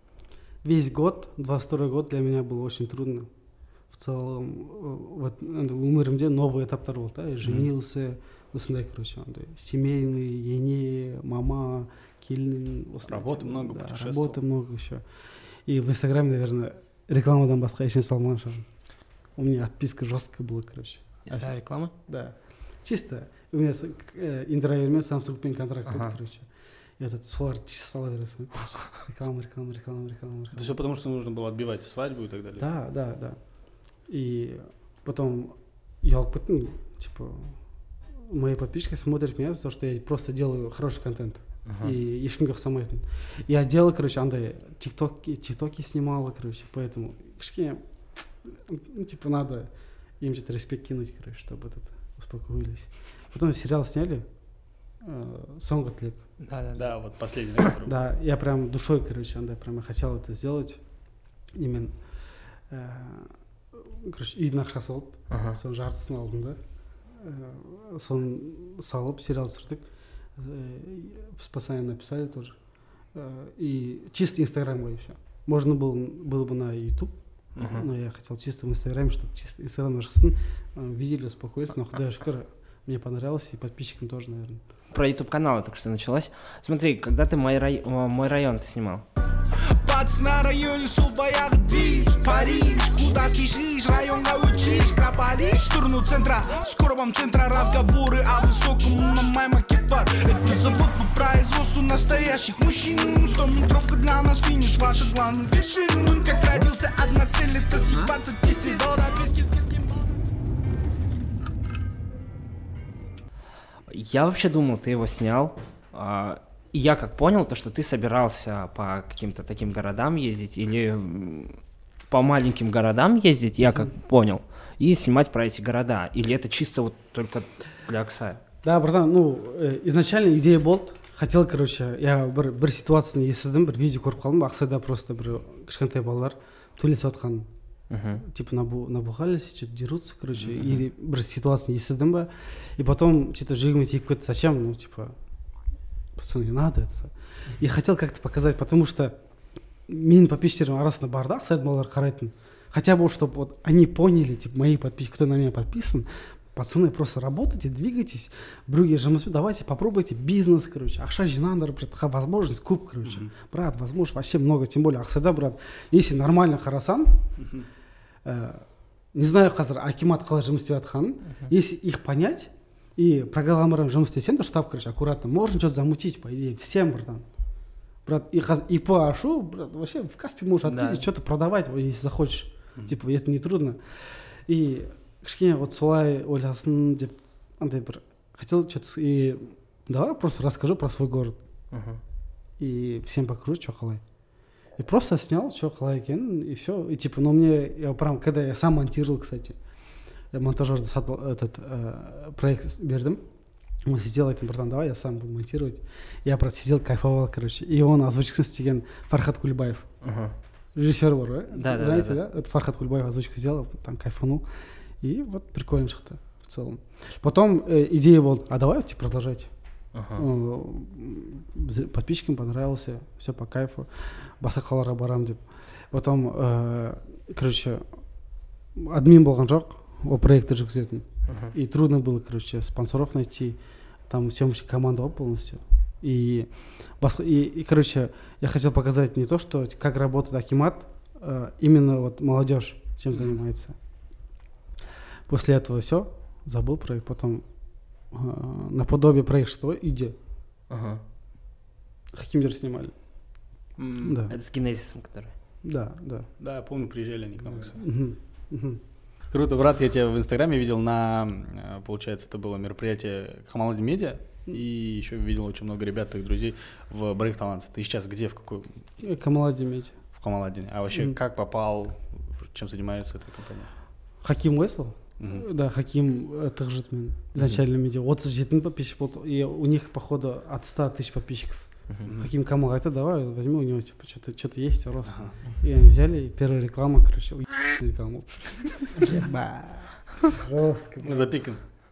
весь год, двадцать второй год для меня был очень трудно. В целом, э, вот өмірімде новый этаптар болды, да? Я женился, осындай, короче, андай семейный, ене, мама, келін. осындай, Работы типа, много, да, путешествовал. Работы много еще. И в Инстаграме, наверное, рекламадан басқа ештеңе салмаған шығармын. У меня отписка жесткая была, короче. Из-за рекламы? Да. Чисто. У меня с э, интервьюмен Samsung-пен контракт болды, Ага. короче. И этот солар чисто сала бересің, короче. Реклама, реклама, реклама, реклама. Это реклама. все потому, что нужно было отбивать свадьбу и так далее. Да, да, да. И потом я опытный, типа, мои подписчики смотрят меня, потому что я просто делаю хороший контент. Ага. И ешкімге ұқсамайтын. Я делал, короче, андай тиктоки, тиктоки снимала, короче, поэтому кішкене, ну, типа, надо им что-то респект кинуть, короче, чтобы этот успокоились. Потом сериал сняли, э, «Соңғы тілек». Да, да, да. Да, вот последний. который был. Да, я прям душой, короче, андай прям хотел это сделать. Именно, э, короче, үйдің ақшасы болды. Ага. Соның жартысын алдым да. Э, соны салып сериал түсірдік. Э, с пацанами написали тоже. Э, и чисто инстаграмға еще. Можно было, было бы на YouTube, Мгм. но я хотел чисто в инстаграме, чтобы чисто инстаграм шықсын, э, видели, успокоиться. Но Құдай шүкір, мне понравилось, и подписчикам тоже, наверное. Про YouTube канал только что началось. Смотри, когда ты мой, рай... о, мой район ты снимал. Батыс на районе сол баяғы движ Париж, куда спешишь, районға учишь Крополис, в сторону центра, скоро вам центра разговоры о высоком, на май макет бар Это завод по производству настоящих мужчин Сто метровка для нас финиш, ваша главная вершина Как родился, одна цель, это съебаться тесте из доллара-пески с каким Я вообще думал, ты его снял. а, И я как понял, то, что ты собирался по каким-то таким городам ездить или м, по маленьким городам ездить, я как понял, и снимать про эти города. Или это чисто вот только для Аксая? Да, братан, ну, э, изначально идея болды. Хотел, короче, я бір, бір ситуацияны естідім, бір видео көріп қалдым. Ақсайда просто бір кішкентай балалар төлесіп жатқан. Мгм. Типа набу, набухались, что-то дерутся, короче. Или бір ситуацияны естідім ба. И потом что-то жүрегіме тиіп кетті. Зачем? Ну, типа, пацаны, не надо это. И хотел как-то показать, потому что менің подписчиктерім арасында бар да, Ақсайдың балалары қарайтын. Хотя бы, чтобы вот они поняли, типа, мои подписчики, кто на меня подписан, пацаны, просто работайте, двигайтесь, біреуге жұмыспен, давайте попробуйте бизнес, короче, ақша жинаңдар, брат, возможность көп, короче. Брат, возможность вообще много, тем более Ақсайда, брат, если нормально қарасаң, э, не знаю қазір акимат қалай жұмыс істеп жатқанын, если их понять и программалармен жұмыс істесең, то штаб, короче, аккуратно, можно что-то замутить, по идее, всем, братан. Брат, и хаз- ИП ашу, брат, вообще в Каспе можешь открыть, Да. и что-то продавать, вот, если захочешь. Типа, это не трудно. И кішкене вот солай ойласын деп, андай бір, хотел что-то, и давай просто расскажу про свой город. Мгм. И всем покажу, что қалай. И просто снял, что қалай екен, и все. И типа, ну мне, я прям, когда я сам монтировал, кстати, я монтажер этот э, проект бердім. Он сидел, этим, братан, давай я сам буду монтировать. Я просто сидел, кайфовал, короче. И он озвучкасын істеген Фархат Кулебаев. Ага. Режиссер бар, да? Да, да, знаете, да, да? Это Фархат Кулебаев озвучку сделал, там кайфанул. И вот прикольно шықты в целом. Потом э, идея была, а давайте продолжать. Ага. Э, з- Подписчикам понравился, все по кайфу. Басқа қалаларға барам деп. Потом, э, короче, админ болған жоқ, ол проектті жүргізетін. Ага. И трудно было, короче, спонсоров найти. Там съемочная команда была полностью. И, басқа- и, и, короче, я хотел показать не то, что как работает акимат, э, именно вот молодежь чем занимается. После этого все, забыл проект. Потом э, наподобие проект что? Иди. Ага. Хакимдер снимали. М, Да, Это с генезисом, который. да, да. Да, я помню, приезжали они к нам. кстати. Мгм, мгм. Круто, брат, я тебя в Инстаграме видел на, э, получается, это было мероприятие Хамалади Медиа, и еще видел очень много ребят, твоих друзей в Брейк Талант. Ты сейчас где, в какой, Э, Камалади медиа. в Хамаладине? А вообще, Мгм. как попал, чем занимается эта компания? Хаким ғой сол. Мгм. Да, Хаким э, тығжыт мен изначально менде отыз жеті мың подписчик болды, и у них походу от ста тысяч подписчиков. Мгм. Хаким Камал говорит, давай возьми у него типа что-то что-то есть, рост. Ага. И они взяли, и первая реклама, короче, у рекламу. Еба. Жестко. Мы запикаем.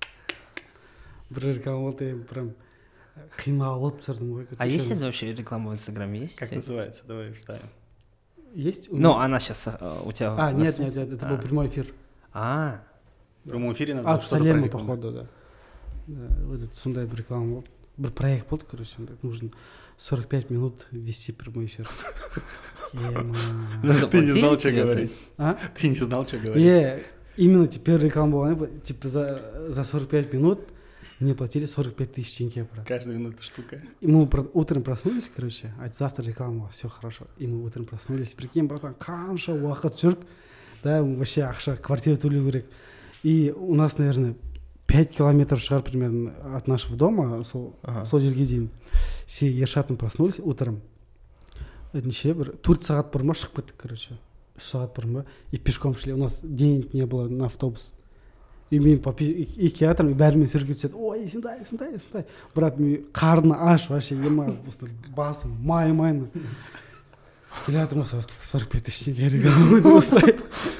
Бір реклама болды, я прям қиналып түсірдім ғой. А есть это вообще реклама в Инстаграме? Есть? Как называется? Давай вставим. Есть? у Ну, меня? она сейчас у тебя... А, на нет, странице? нет, нет, это А. был прямой эфир. А, В прямом эфире надо А, было что-то Салема, прорекламировать. походу, да. Да, вот это сондай бір реклама болды. Бір проект болды, короче, сондай. Нужно сорок пять минут вести прямой эфир. Ема. ну Ты не знал, заплатили что тебе за говорить. А? Ты не знал, что говорить. Не, именно теперь реклама была, типа за, за сорок пять минут мне платили сорок пять тысяч тенге, брат. Каждая минута штука. И мы про- утром проснулись, короче, а завтра реклама, все хорошо. И мы утром проснулись, прикинь, братан, қанша уақыт жүрік, да, вообще ақша, квартира төлеу керек. И у нас, наверное, пять километров шығар примерно от нашего дома, сол, Ага. сол жерге дейін. Все ершатым проснулись утром. Это неше бір төрт сағат бұрын ма шығып кеттік, короче. үш сағат бұрын ба, и пешком шли. У нас денег не было на автобус. И мен по пе- и- и келатырмын, и бәрімен сүргетседі. Ой, сындай, сындай, сындай. Брат, мен қарны аш вообще, ема, просто басым май-майны. Келатырмын, осы сорок пять тысяч тенге реклама осылай.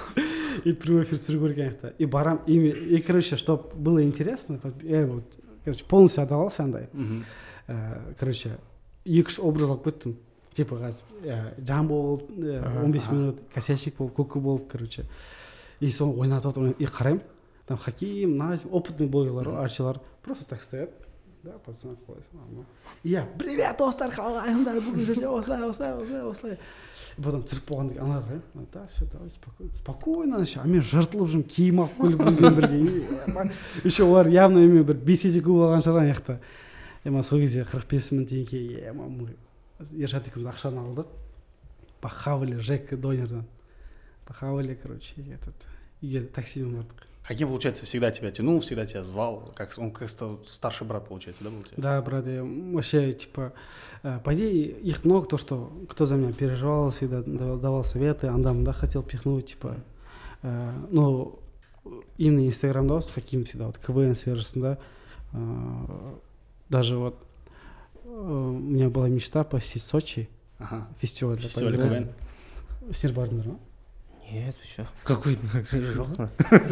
И прямой эфир түсіру керек аяқта. И барам, и, и, короче, чтобы было интересно, я вот, короче, полностью отдавался андай. Мгм. Э, Короче, екі-үш образ алып кеттім. Типа қазір э, жан болып, э, Ага, он бес ага. минут, косячник болып, көкі болып, короче. И соны ойнатып отырмын, и қараймын. Там Хаким, Назим, опытный блогерлар, ғой, аршилар просто так стоят. Да, пацаны қалайсың? Ама. И я, привет, достар, қалайсыңдар, бүгін жерде осылай, осылай, осылай, осылай. И потом түсіріп болғаннан кейін ана қараймын, да, все, давай, спокойно, спокойно, еще, а мен жыртылып жүрмін, киім алып келіп өзімен бірге. И, ема, еще олар явно мен бір бес-есе көп алған шығар ана жақта. Ема сол кезде қырық бес мың теңге, ема мы Ершат екеуміз ақшаны алдық, похавали Жека донердан, похавали, короче, и этот, и таксимен бардық. Хаким, получается, всегда тебя тянул, всегда тебя звал. Как, он как старший брат, получается, да, был у тебя? Да, брат, я вообще, типа, э, по идее, их много, то, что кто за меня переживал, всегда давал, давал советы, андам, да, хотел пихнуть, типа, э, ну, именно Инстаграм, да, с Хаким всегда, вот, КВН свяжется, да, э, даже вот, э, у меня была мечта посетить Сочи, Ага. фестиваль. Фестиваль КВН. Снербардер, да? нет, что? Какой жоқ.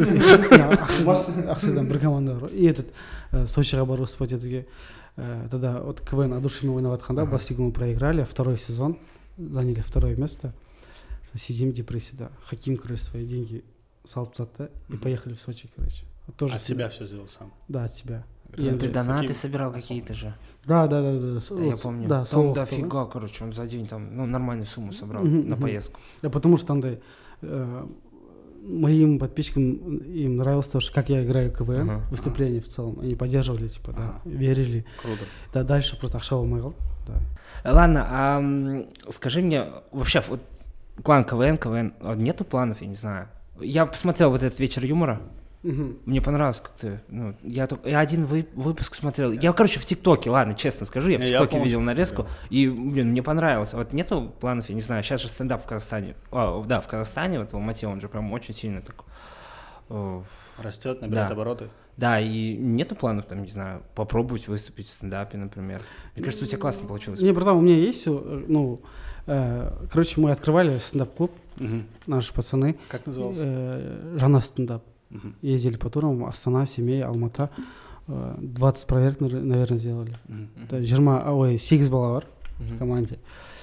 Ақсайдан бір команда бар. И этот э, Сочиға барып спать етуге. Э, Тогда вот КВН Адушимен ойнап жатқанда Бастику мы проиграли, второй сезон, заняли второе место. Сидим в депрессии, да. Хаким, короче, свои деньги салып тастады и Мгм. поехали в Сочи, короче. Вот тоже От себя все сделал сам. Да, от себя. Расскажи, Я- Ты какие- донаты собирал какие-то же. Да, да, да, да. с- Да, я вот с- помню. Да, Там соло дофига, короче, он за день там, ну, нормальную сумму собрал Мгм, на мгм. поездку. Да, потому что андай э, моим подписчикам им нравилось то, что как я играю КВН, Ага, выступление в целом. Они поддерживали, типа, да, Ага. верили. Круто. Да, дальше просто ақша болмай қалды. Да. Ладно, а м, скажи мне, вообще, вот план КВН, КВН, а нету планов, я не знаю. Я посмотрел вот этот вечер юмора, Мгм. мне понравилось, как ты, ну, я, только, я один вы- выпуск смотрел. Я, короче, в ТикТоке, ладно, честно скажу, я в Не, я ТикТоке полностью видел нарезку, смотрел. и, блин, мне понравилось. А вот нету планов, я не знаю, сейчас же стендап в Казахстане, а, да, в Казахстане, вот в Алмате, он же прям очень сильно так, э, Растет, набирает Да. обороты. да, и нету планов, там, не знаю, попробовать выступить в стендапе, например. Мне кажется, у тебя классно получилось. Не, братан, у меня есть все, ну, э, короче, мы открывали стендап-клуб, Мгм. наши пацаны, Как назывался? э, Жана стендап. Мгм. Ездили по турам, Астана, Семей, Алмата, э, двадцать проверок, нар- наверное, сделали. Мгм. Да, жиырма, а, ой, сегіз бала бар в Мгм. команде.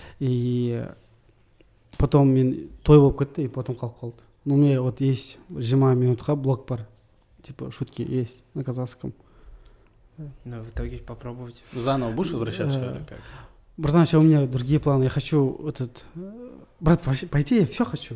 И потом мен той болып кетті, и потом қалып қалды. Ну, у меня вот есть жиырма минутқа блок бар, типа шутки есть на казахском. Ну, в итоге попробовать. Заново будешь возвращаться Э, или как? Братан, сейчас у меня другие планы. Я хочу этот... э, Брат, вообще, по идее, я все хочу.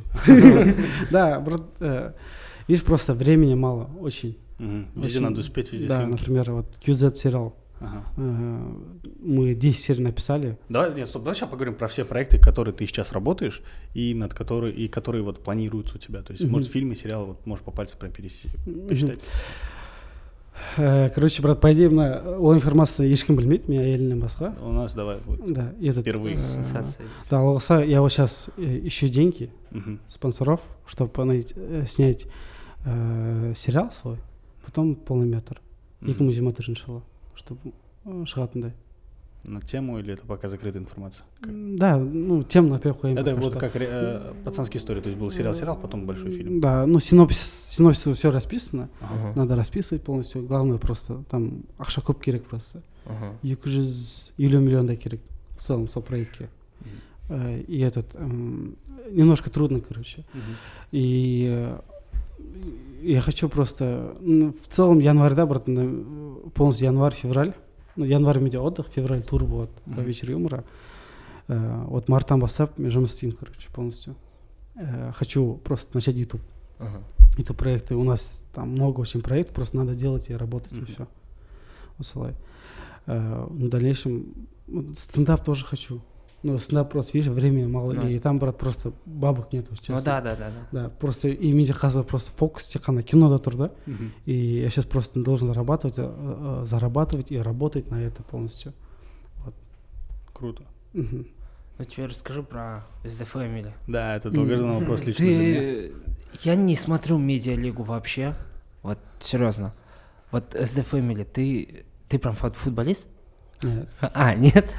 Да, брат, э, видишь, просто времени мало, очень. Мгм. Везде Очень- надо успеть, везде Да, съемки. например, вот кью зет сериал. Ага. Э, Мы десять серий написали. Давай, нет, стоп, давай сейчас поговорим про все проекты, которые ты сейчас работаешь и над которые, и которые вот планируются у тебя. То есть, Мгм. может, фильмы, сериалы, вот можешь по пальцам прям пересечь, Мгм. посчитать. Э, короче, брат, по идее мына ол информация ешкім білмейді, мен әйелімнен басқа. У нас давай вот Да, и этот, впервые. э, Сенсация. да, Аллаха, я вот сейчас ищу деньги, Мгм. спонсоров, чтобы найти, э, снять э, сериал свой, потом полный метр. екі мың жиырма төртінші жылы, чтобы шығатындай. На тему или это пока закрытая информация? Как? Да, ну, тем например, ходим. Это пока вот что. как э, пацанские истории, то есть был сериал-сериал, потом большой фильм. Да, ну, синопсис, синопсис все расписано, Ага. надо расписывать полностью, главное просто, там, ақша көп керек просто. Ага. екі жүз елу миллиондай керек в целом сол проектке. Э, И этот, эм, немножко трудно, короче. Мгм. И э, я хочу просто, ну, в целом январьда, брат, на- полностью январь-февраль, ну, январь менде отдых, февраль тур болады по Мгм. вечер юмора. Э, Вот марттан бастап мен жұмыс істеймін, короче, полностью. Э, Хочу просто начать YouTube. Ага. YouTube проекты, у нас там много очень проектов, просто надо делать и работать, и Мгм. все. Осылай. Э, В дальнейшем вот стендап тоже хочу. Но стендап просто, видишь, времени мало, Да. и там, брат, просто бабок нету, Ну честно. да, да, да, да. Да, просто и менде қазір просто фокус тек қана кинода тұр да. Мгм. И я сейчас просто должен зарабатывать, э, э, зарабатывать и работать на это полностью. Круто. Мгм. Ну теперь расскажи про эс ди Family. Да, это долгожданный вопрос лично для меня. Ты... Я не смотрю медиалигу вообще. Вот, серьезно. Вот эс ди Family, ты... Ты прям фут- футболист? Нет. А, нет?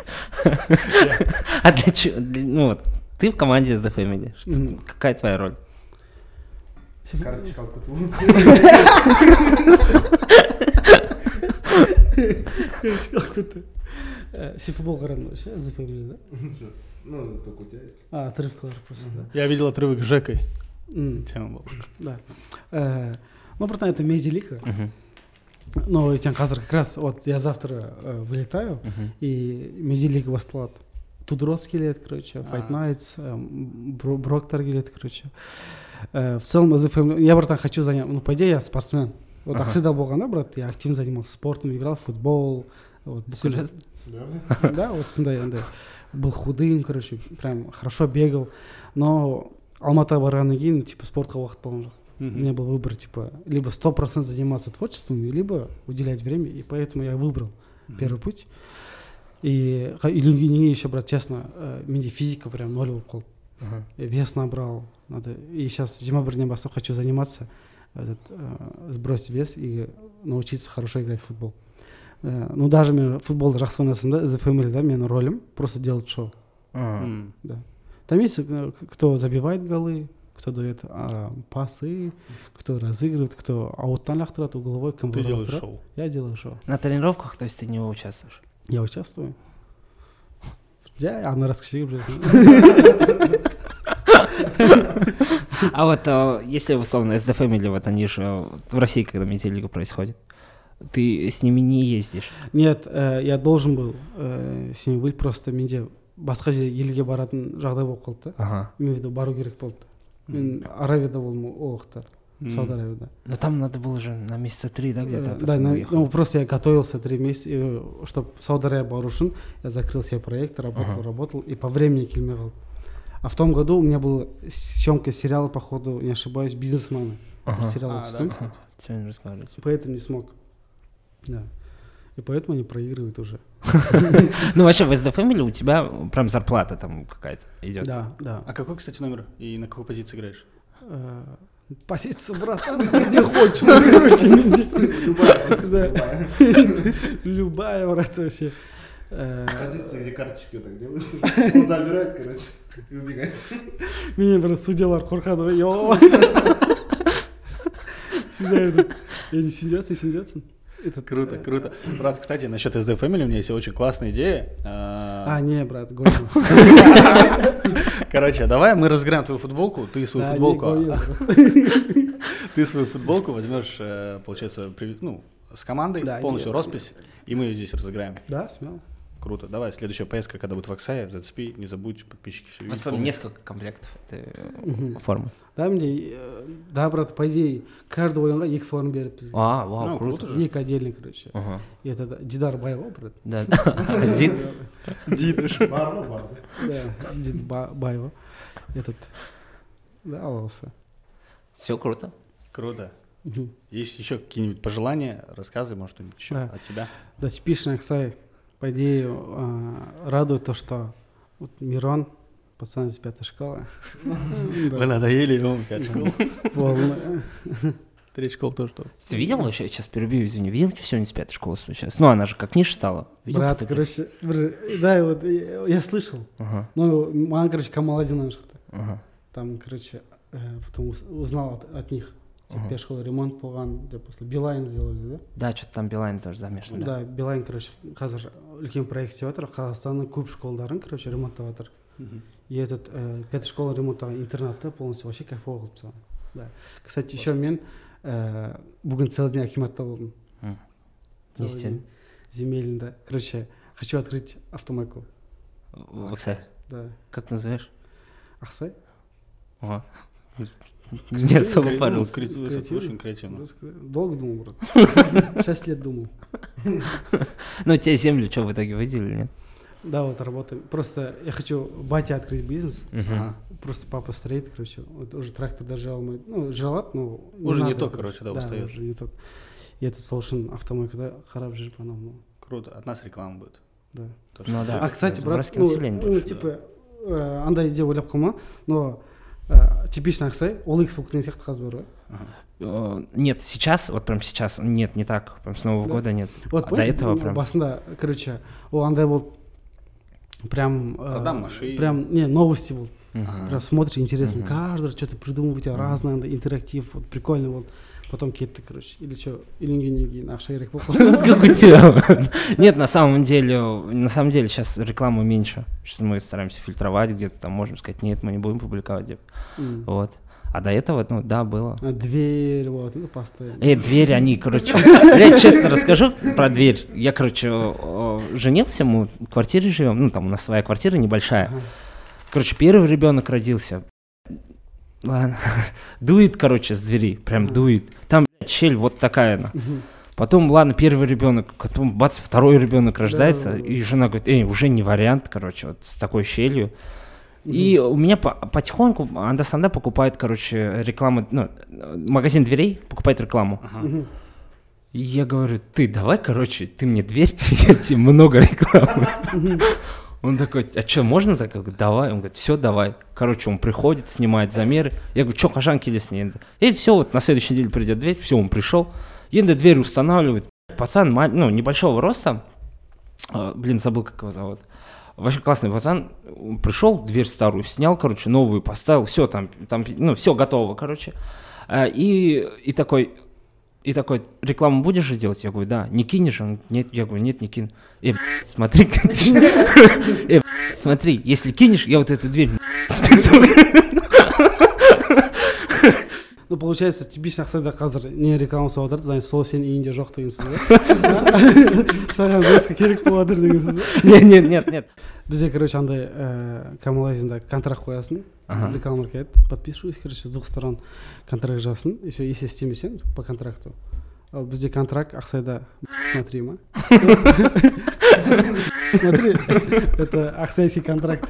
А для чего? Ну вот, ты в команде эс ди Family. Что- Мгм. Какая твоя роль? Карточка алып кету. Э, Сен футбол қарадың вообще, The Family, да? Ну, только у тебя есть. А, отрывкалар просто, да. Я видел отрывок с Жекой. М, Тема была. Да. Э, Ну, братан, это медиалика. Мгм, Но ертең қазір как раз, вот я завтра э, вылетаю, мгм. и медиалига басталады. Тудрос келеді, короче, Fight А. Nights, эм, Бро- Броктар келеді, короче. Э, В целом, эс ди Family, я, братан, хочу заняться, ну, по идее, я спортсмен. Вот Ага. Ақсида болғанда, брат, я активно занимался спортом, играл в футбол. Вот, бүкіл- Серьезно? Да? Да, вот сондай андай. Был худым, короче, прям хорошо бегал. Но Алматыға барғаннан кейін, типа, спортқа уақыт болған жоқ. У Мгм. меня был выбор, типа, либо сто процентов заниматься творчеством, либо уделять время, и поэтому я выбрал Мгм. первый путь. И үйленгеннен кейін еще, брат, честно, э, менде физика прям ноль болып қалды. Ага. Я вес набрал, надо. И сейчас жиырма бірден бастап хочу заниматься, этот, э, сбросить вес и научиться хорошо играть в футбол. Э, Ну, даже мен футболды жақсы ойнасам да, The Family, да, менің ролем просто делать шоу. А. М. Да. Там есть э, к- кто забивает голы, кто дает а, пасы, кто разыгрывает, кто ауттан лақтырады, угловой, кім Ты ворота делаешь тұрады. шоу. Я делаю шоу. На тренировках, то есть ты не участвуешь? Я участвую. Я одна раз кішігіп жүрсің. А вот э, если условно эс ди Family, вот они же э, в России, когда медиалига происходит, ты с ними не ездишь? Нет, э, я должен был э, с ними быть, просто менде басқа жер елге баратын жағдай болып қалды да. Ага. Мен в виду бару керек болды. Мен Аравияда болдым ол уақытта, М. Сауд Аравияда. Но там надо было уже на месяца три, да, где-то? Э, Да, пацан на- уехал? ну, просто я готовился три месяца, чтобы в Сауд Аравию бару үшін, я закрыл себе проект, работал, Ага. работал, и по времени келмей қалды. А в том году у меня была съемка сериала, походу, не ошибаюсь, «Бизнесмены». Ага. Сериал А, «Отстань». да, кстати. Сегодня разговаривать. Поэтому не смог. Да. И поэтому они проигрывают уже. Ну вообще в эс ди Family у тебя прям зарплата там какая-то идет. Да, да. А какой, кстати, номер? И на какой позиции играешь? Э, Позиция, братан, где хочешь. Короче, иди. Любая. Да. Любая. Любая, брат, вообще. Э, Позиция, где карточки вот так делают. Он забирает, короче, и убегает. Менен бір судьялар қорқады ғой. Йо. Всегда этот, я не сидятся, сидятся. Этот, Круто, э, круто. Брат, кстати, насчет эс ди Family у меня есть очень классная идея. А, А, не, брат, гойно. Короче, давай мы разыграем твою футболку, ты свою Да, не футболку, гойно, а, брат. ты свою футболку возьмешь, э, получается, при- ну, с командой, Да, полностью нет. роспись, и мы ее здесь разыграем. Да, смело. Круто. Давай, следующая поездка, когда будет в Аксае, зацепи, не забудь, подписчики все У видят. нас прям помнят. несколько комплектов этой э, Мгм. формы. Да, мне, э, да, брат, по идее, каждый ойынға екі форма береді бізге. А, вау, Ну, круто. круто же. Екі отдельно, короче. Ага. И это да, Дидар Баева, брат. Да, один. Бар ма, бар. Да, Дид Ба- Баева. Этот, да, алласы. Все круто. Круто. Мгм. Есть еще какие-нибудь пожелания, рассказы, может, что-нибудь еще Да. от себя? Да, типичный Аксай. По идее, а, радует то, что вот Мирон, пацан из пятой школы. Вы надоели, ему пять школ. Полная. Три школ тоже. что? Ты видел вообще, сейчас перебью, извини, видел, что сегодня с пятой школы случилось? Ну, она же как ниже стала. Видел Брат, фотографию? короче, бір- да, вот я я слышал. Ага, Ну, маған, короче, Камаладиннан шықты. ага. Там, короче, э, потом уз- узнал от, от них. Типа, Ага. пять школ ремонт болған, деп после Билайн сделали, да? Да, что-то там Билайн тоже замешан, да. Да, Билайн, короче, қазір үлкен проект істеп жатыр. Қазақстанның көп школдарын, короче, ремонттап жатыр. И этот э, пятая школа ремонттаған интернатты полностью вообще кайфово қылып тастаған. Да. Кстати, еще мен э, бүгін целый день акиматта болдым. М. Целый Не істедің? день. Земельный, короче, хочу открыть автомойку. В Аксай. Да. Как назовешь? Аксай? Ага. Не особо Кре- ну, парился. кре- вы Креативно. Очень креативно. Долго думал, брат. Шесть лет думал. Ну, тебе землю что в итоге выделили, нет? Да, вот работаем. Просто я хочу батя открыть бизнес. Мгм. Ага. Просто папа строит, короче. Вот уже трактор даже алмайды. Ну, жралат, но... Уже не надо, то, короче. короче, да, устаёт. уже не тот. И этот сол үшін автомойкада қарап жүріп анау мынау. Круто. От нас реклама будет. Да. То, что- Ну да. А, кстати, брат, Варский ну, население ну, больше, типа, э, андай идея ойлап қалма, но э, типичный Аксай, ол экспо кеткен сияқты қазір бар ғой. Ага. Э, Нет, сейчас, вот прям сейчас, нет, не так. Прям с Нового Да. года нет. Вот, А до помнишь, этого ну, прям. басында, короче, ол андай болды, прям... э, Продам машины. Прям, не, новости болды. Мгм. Прям смотришь, интересно, Мгм. каждый что-то придумывает, разное, андай интерактив, вот прикольный вот. Потом кетті, короче, или что, үйленгеннен кейін ақша керек болып қалды. Вот как у тебя. Нет, на самом деле, на самом деле сейчас рекламы меньше. Сейчас мы стараемся фильтровать где-то, там можем сказать, нет, мы не будем публиковать. деп. М. Вот. А до этого, ну да, было. А дверь, вот, ну, постоянно. Э, двери, они, короче, я честно расскажу про дверь. Я, короче, э, женился, мы в квартире живем, ну там у нас своя квартира небольшая. Ага. Короче, первый ребенок родился. Ладно. Дует, короче, с двери, прям Ага. дует. Там, блядь, щель вот такая она. Мгм. Потом, ладно, первый ребенок, потом бац, второй ребенок рождается, Да, да, да. и жена говорит, эй, уже не вариант, короче, вот с такой щелью. И у меня по- потихоньку анда-санда покупает, короче, рекламу, ну, магазин дверей покупает рекламу. Ага. Мгм. И я говорю, ты давай, короче, ты мне дверь, я тебе много рекламы. Он такой, а что, можно так? Я говорю, давай. Он говорит, все, давай. Короче, он приходит, снимает замеры. Я говорю, что, қашан келесің енді? И все, вот на следующей неделе придет дверь, все, он пришел. Енді дверь устанавливает. Пацан, ма- ну, небольшого роста. А, блин, забыл, как его зовут. Вообще классный пацан. Он пришел, дверь старую снял, короче, новую поставил. Все, там, там ну, все готово, короче. А, и, и такой... И такой, рекламу будешь же делать? Я говорю, да. Не кинешь? Он говорит, нет. Я говорю, нет, не кину. Э, блядь, смотри, короче. Э, блядь, смотри, если кинешь, я вот эту дверь... Ну, получается, типичный Ақсайда қазір не реклама жасап жатыр, значит, сол сенің үйінде жоқ деген сөз ба? Саған беске керек болып жатыр деген сөз ба? Нет, нет, нет, нет. Бізде, короче, андай э, Камалайзинда контракт қоясың, Ага. рекламалар келеді, подписываюсь, короче, с двух сторон контракт жазсын, и все, если істемесең по контракту. Ал бізде контракт Ақсайда, смотри, ма? Смотри, это ақсайский контракт.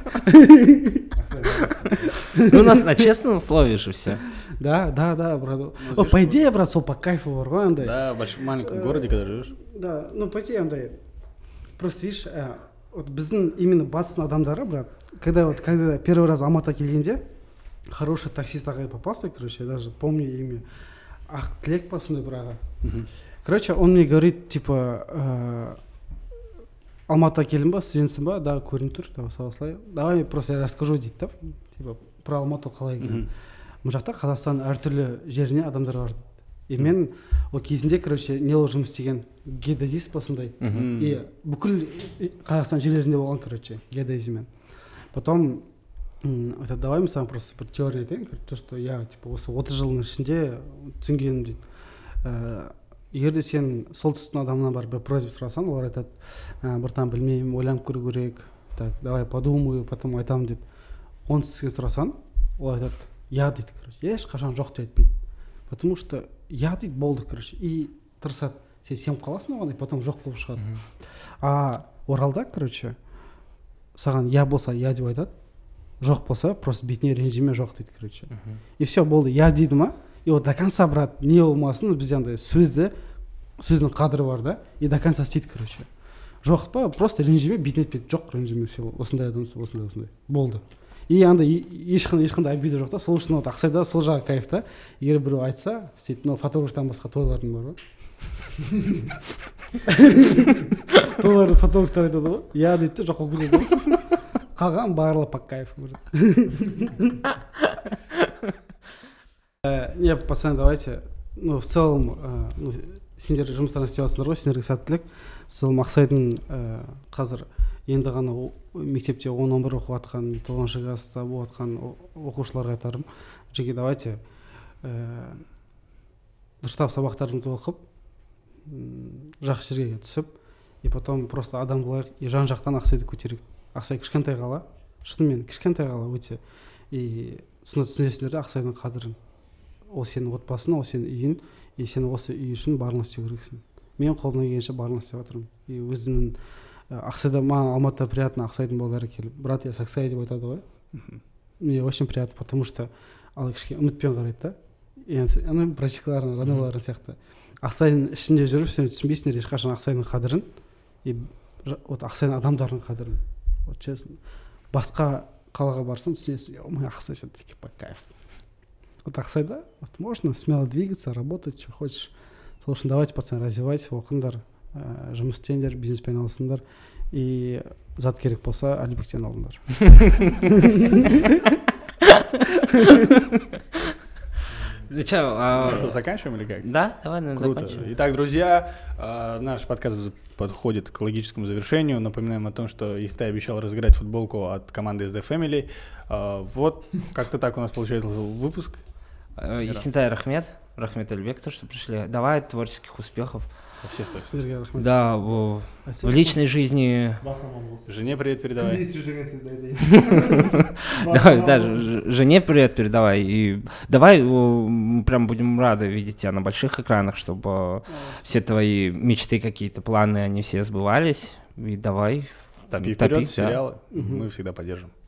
Ну, у нас на честном условии же все. Да, да, да, брат. О, видишь, по идее, брат, сол по кайфу бар ғой андай. Да, в большом маленьком городе, когда живешь. Да, ну по идее андай. Просто видишь, э, вот біздің именно батыстың адамдары, брат, когда вот когда первый раз Алматыға келгенде, хороший таксист ағай попался, короче, я даже помню имя. Ақтілек па сондай бір аға. Короче, он мне говорит, типа, э, Алматыға келдің ба, студентсің ба? Да, көрініп тұр, давай саласлай. Давай просто я расскажу дейді, да, типа, про Алматы қалай екен. Мына жақта Қазақстан әртүрлі жеріне адамдар бар дейді. И мен ол кезінде, короче, не жұмыс істеген геодезист па сондай. И бүкіл Қазақстан жерлерінде болған, короче, геодезиямен. Потом, м, это давай мы сам просто бір теория айтайын, то, что я, типа, осы отыз жылдың ішінде түсінгенім дейді. Ә, егер де сен солтүстіктің адамынан бар бір просьба сұрасаң, олар айтады, «Ә, братан, білмеймін, ойланып көру керек, так, давай подумаю, потом айтамын» деп. Оңтүстіктен сұрасаң, ол айтады, я дейді, короче, ешқашан жоқ деп айтпайды. Потому что я дейді болды, короче, и тырысады. Сен сеніп қаласың оған, и потом жоқ болып шығады. А Оралда, короче, саған я болса я деп айтады, жоқ болса просто бетіне ренжіме жоқ дейді, короче. И все, болды, я дейді ма, и вот до конца брат не болмасын бізде андай сөзді сөздің қадірі бар да, и до конца істейді короче. Жоқ па, просто ренжіме бетіне етпейді, жоқ ренжіме, все осындай адамсың, осындай осындай болды. И андай ешқандай ешқандай обида жоқ та, сол үшін вот Ақсайда сол жағы кайф та. Егер біреу айтса, істейді, но фотографтан басқа тойлардың бар ғой. Тойларды фотографтар айтады ғой. Я дейді, жоқ ол күледі ғой. Қалған барлығы пак кайф. Не, пацаны, давайте, ну, в целом, ну, сендер жұмыстарын істеп жатсыңдар ғой, сендерге сәттілік. В целом Ақсайдың қазір енді ғана мектепте он он бір оқып жатқан, тоғызыншы класста болып жатқан оқушыларға айтарым. Жеке давайте дұрыстап сабақтарымызды оқып, жақсы жерге түсіп, и потом просто адам болайық, и жан жақтан Ақсайды көтерейік. Ақсай кішкентай қала, шынымен кішкентай қала өте. И түсінесіңдер Ақсайдың қадірін. Ол сенің отбасың, ол сенің үйің, и сен осы үй үшін барлығын істеу керексің. Мен қолымнан келгенше барлығын істеп жатырмын. И өзімнің Ақсайда, маған Алматыда приятно Ақсайдың балдары келіп, брат, я с Ақсай деп айтады ғой. Мне очень приятно, потому что ал кішкене үмітпен қарайды да. Енді ана братчикларын, родноларын сияқты. Ақсайдың ішінде жүріп, сен түсінбейсіңдер ешқашан Ақсайдың қадірін, и вот Ақсайдың адамдарының қадірін. Вот честно. Басқа қалаға барсаң түсінесің, ой, Ақсай все-таки по кайфу. Вот Ақсайда вот можно смело двигаться, работать, что хочешь. Сол үшін давайте, пацаны, развивайтесь, оқыңдар, жұмыс істеңдер, бизнеспен айналысыңдар, и зат керек болса Алибектен алыңдар. Ну что, а... Что, заканчиваем или как? Да, давай, наверное, Круто. заканчиваем. Итак, друзья, наш подкаст подходит к логическому завершению. Напоминаем о том, что если ты обещал разыграть футболку от команды эс ди Family, вот как-то так у нас получается выпуск. Есентай, рахмет, рахмет Алибек, то, что пришли. Давай, творческих успехов. Во всех так. Да, в, в личной жизни. Жене привет передавай. Давай, да, жене привет передавай. И давай прям будем рады видеть тебя на больших экранах, чтобы все твои мечты, какие-то планы, они все сбывались. И давай. Топи вперед, сериалы. Мы всегда поддержим.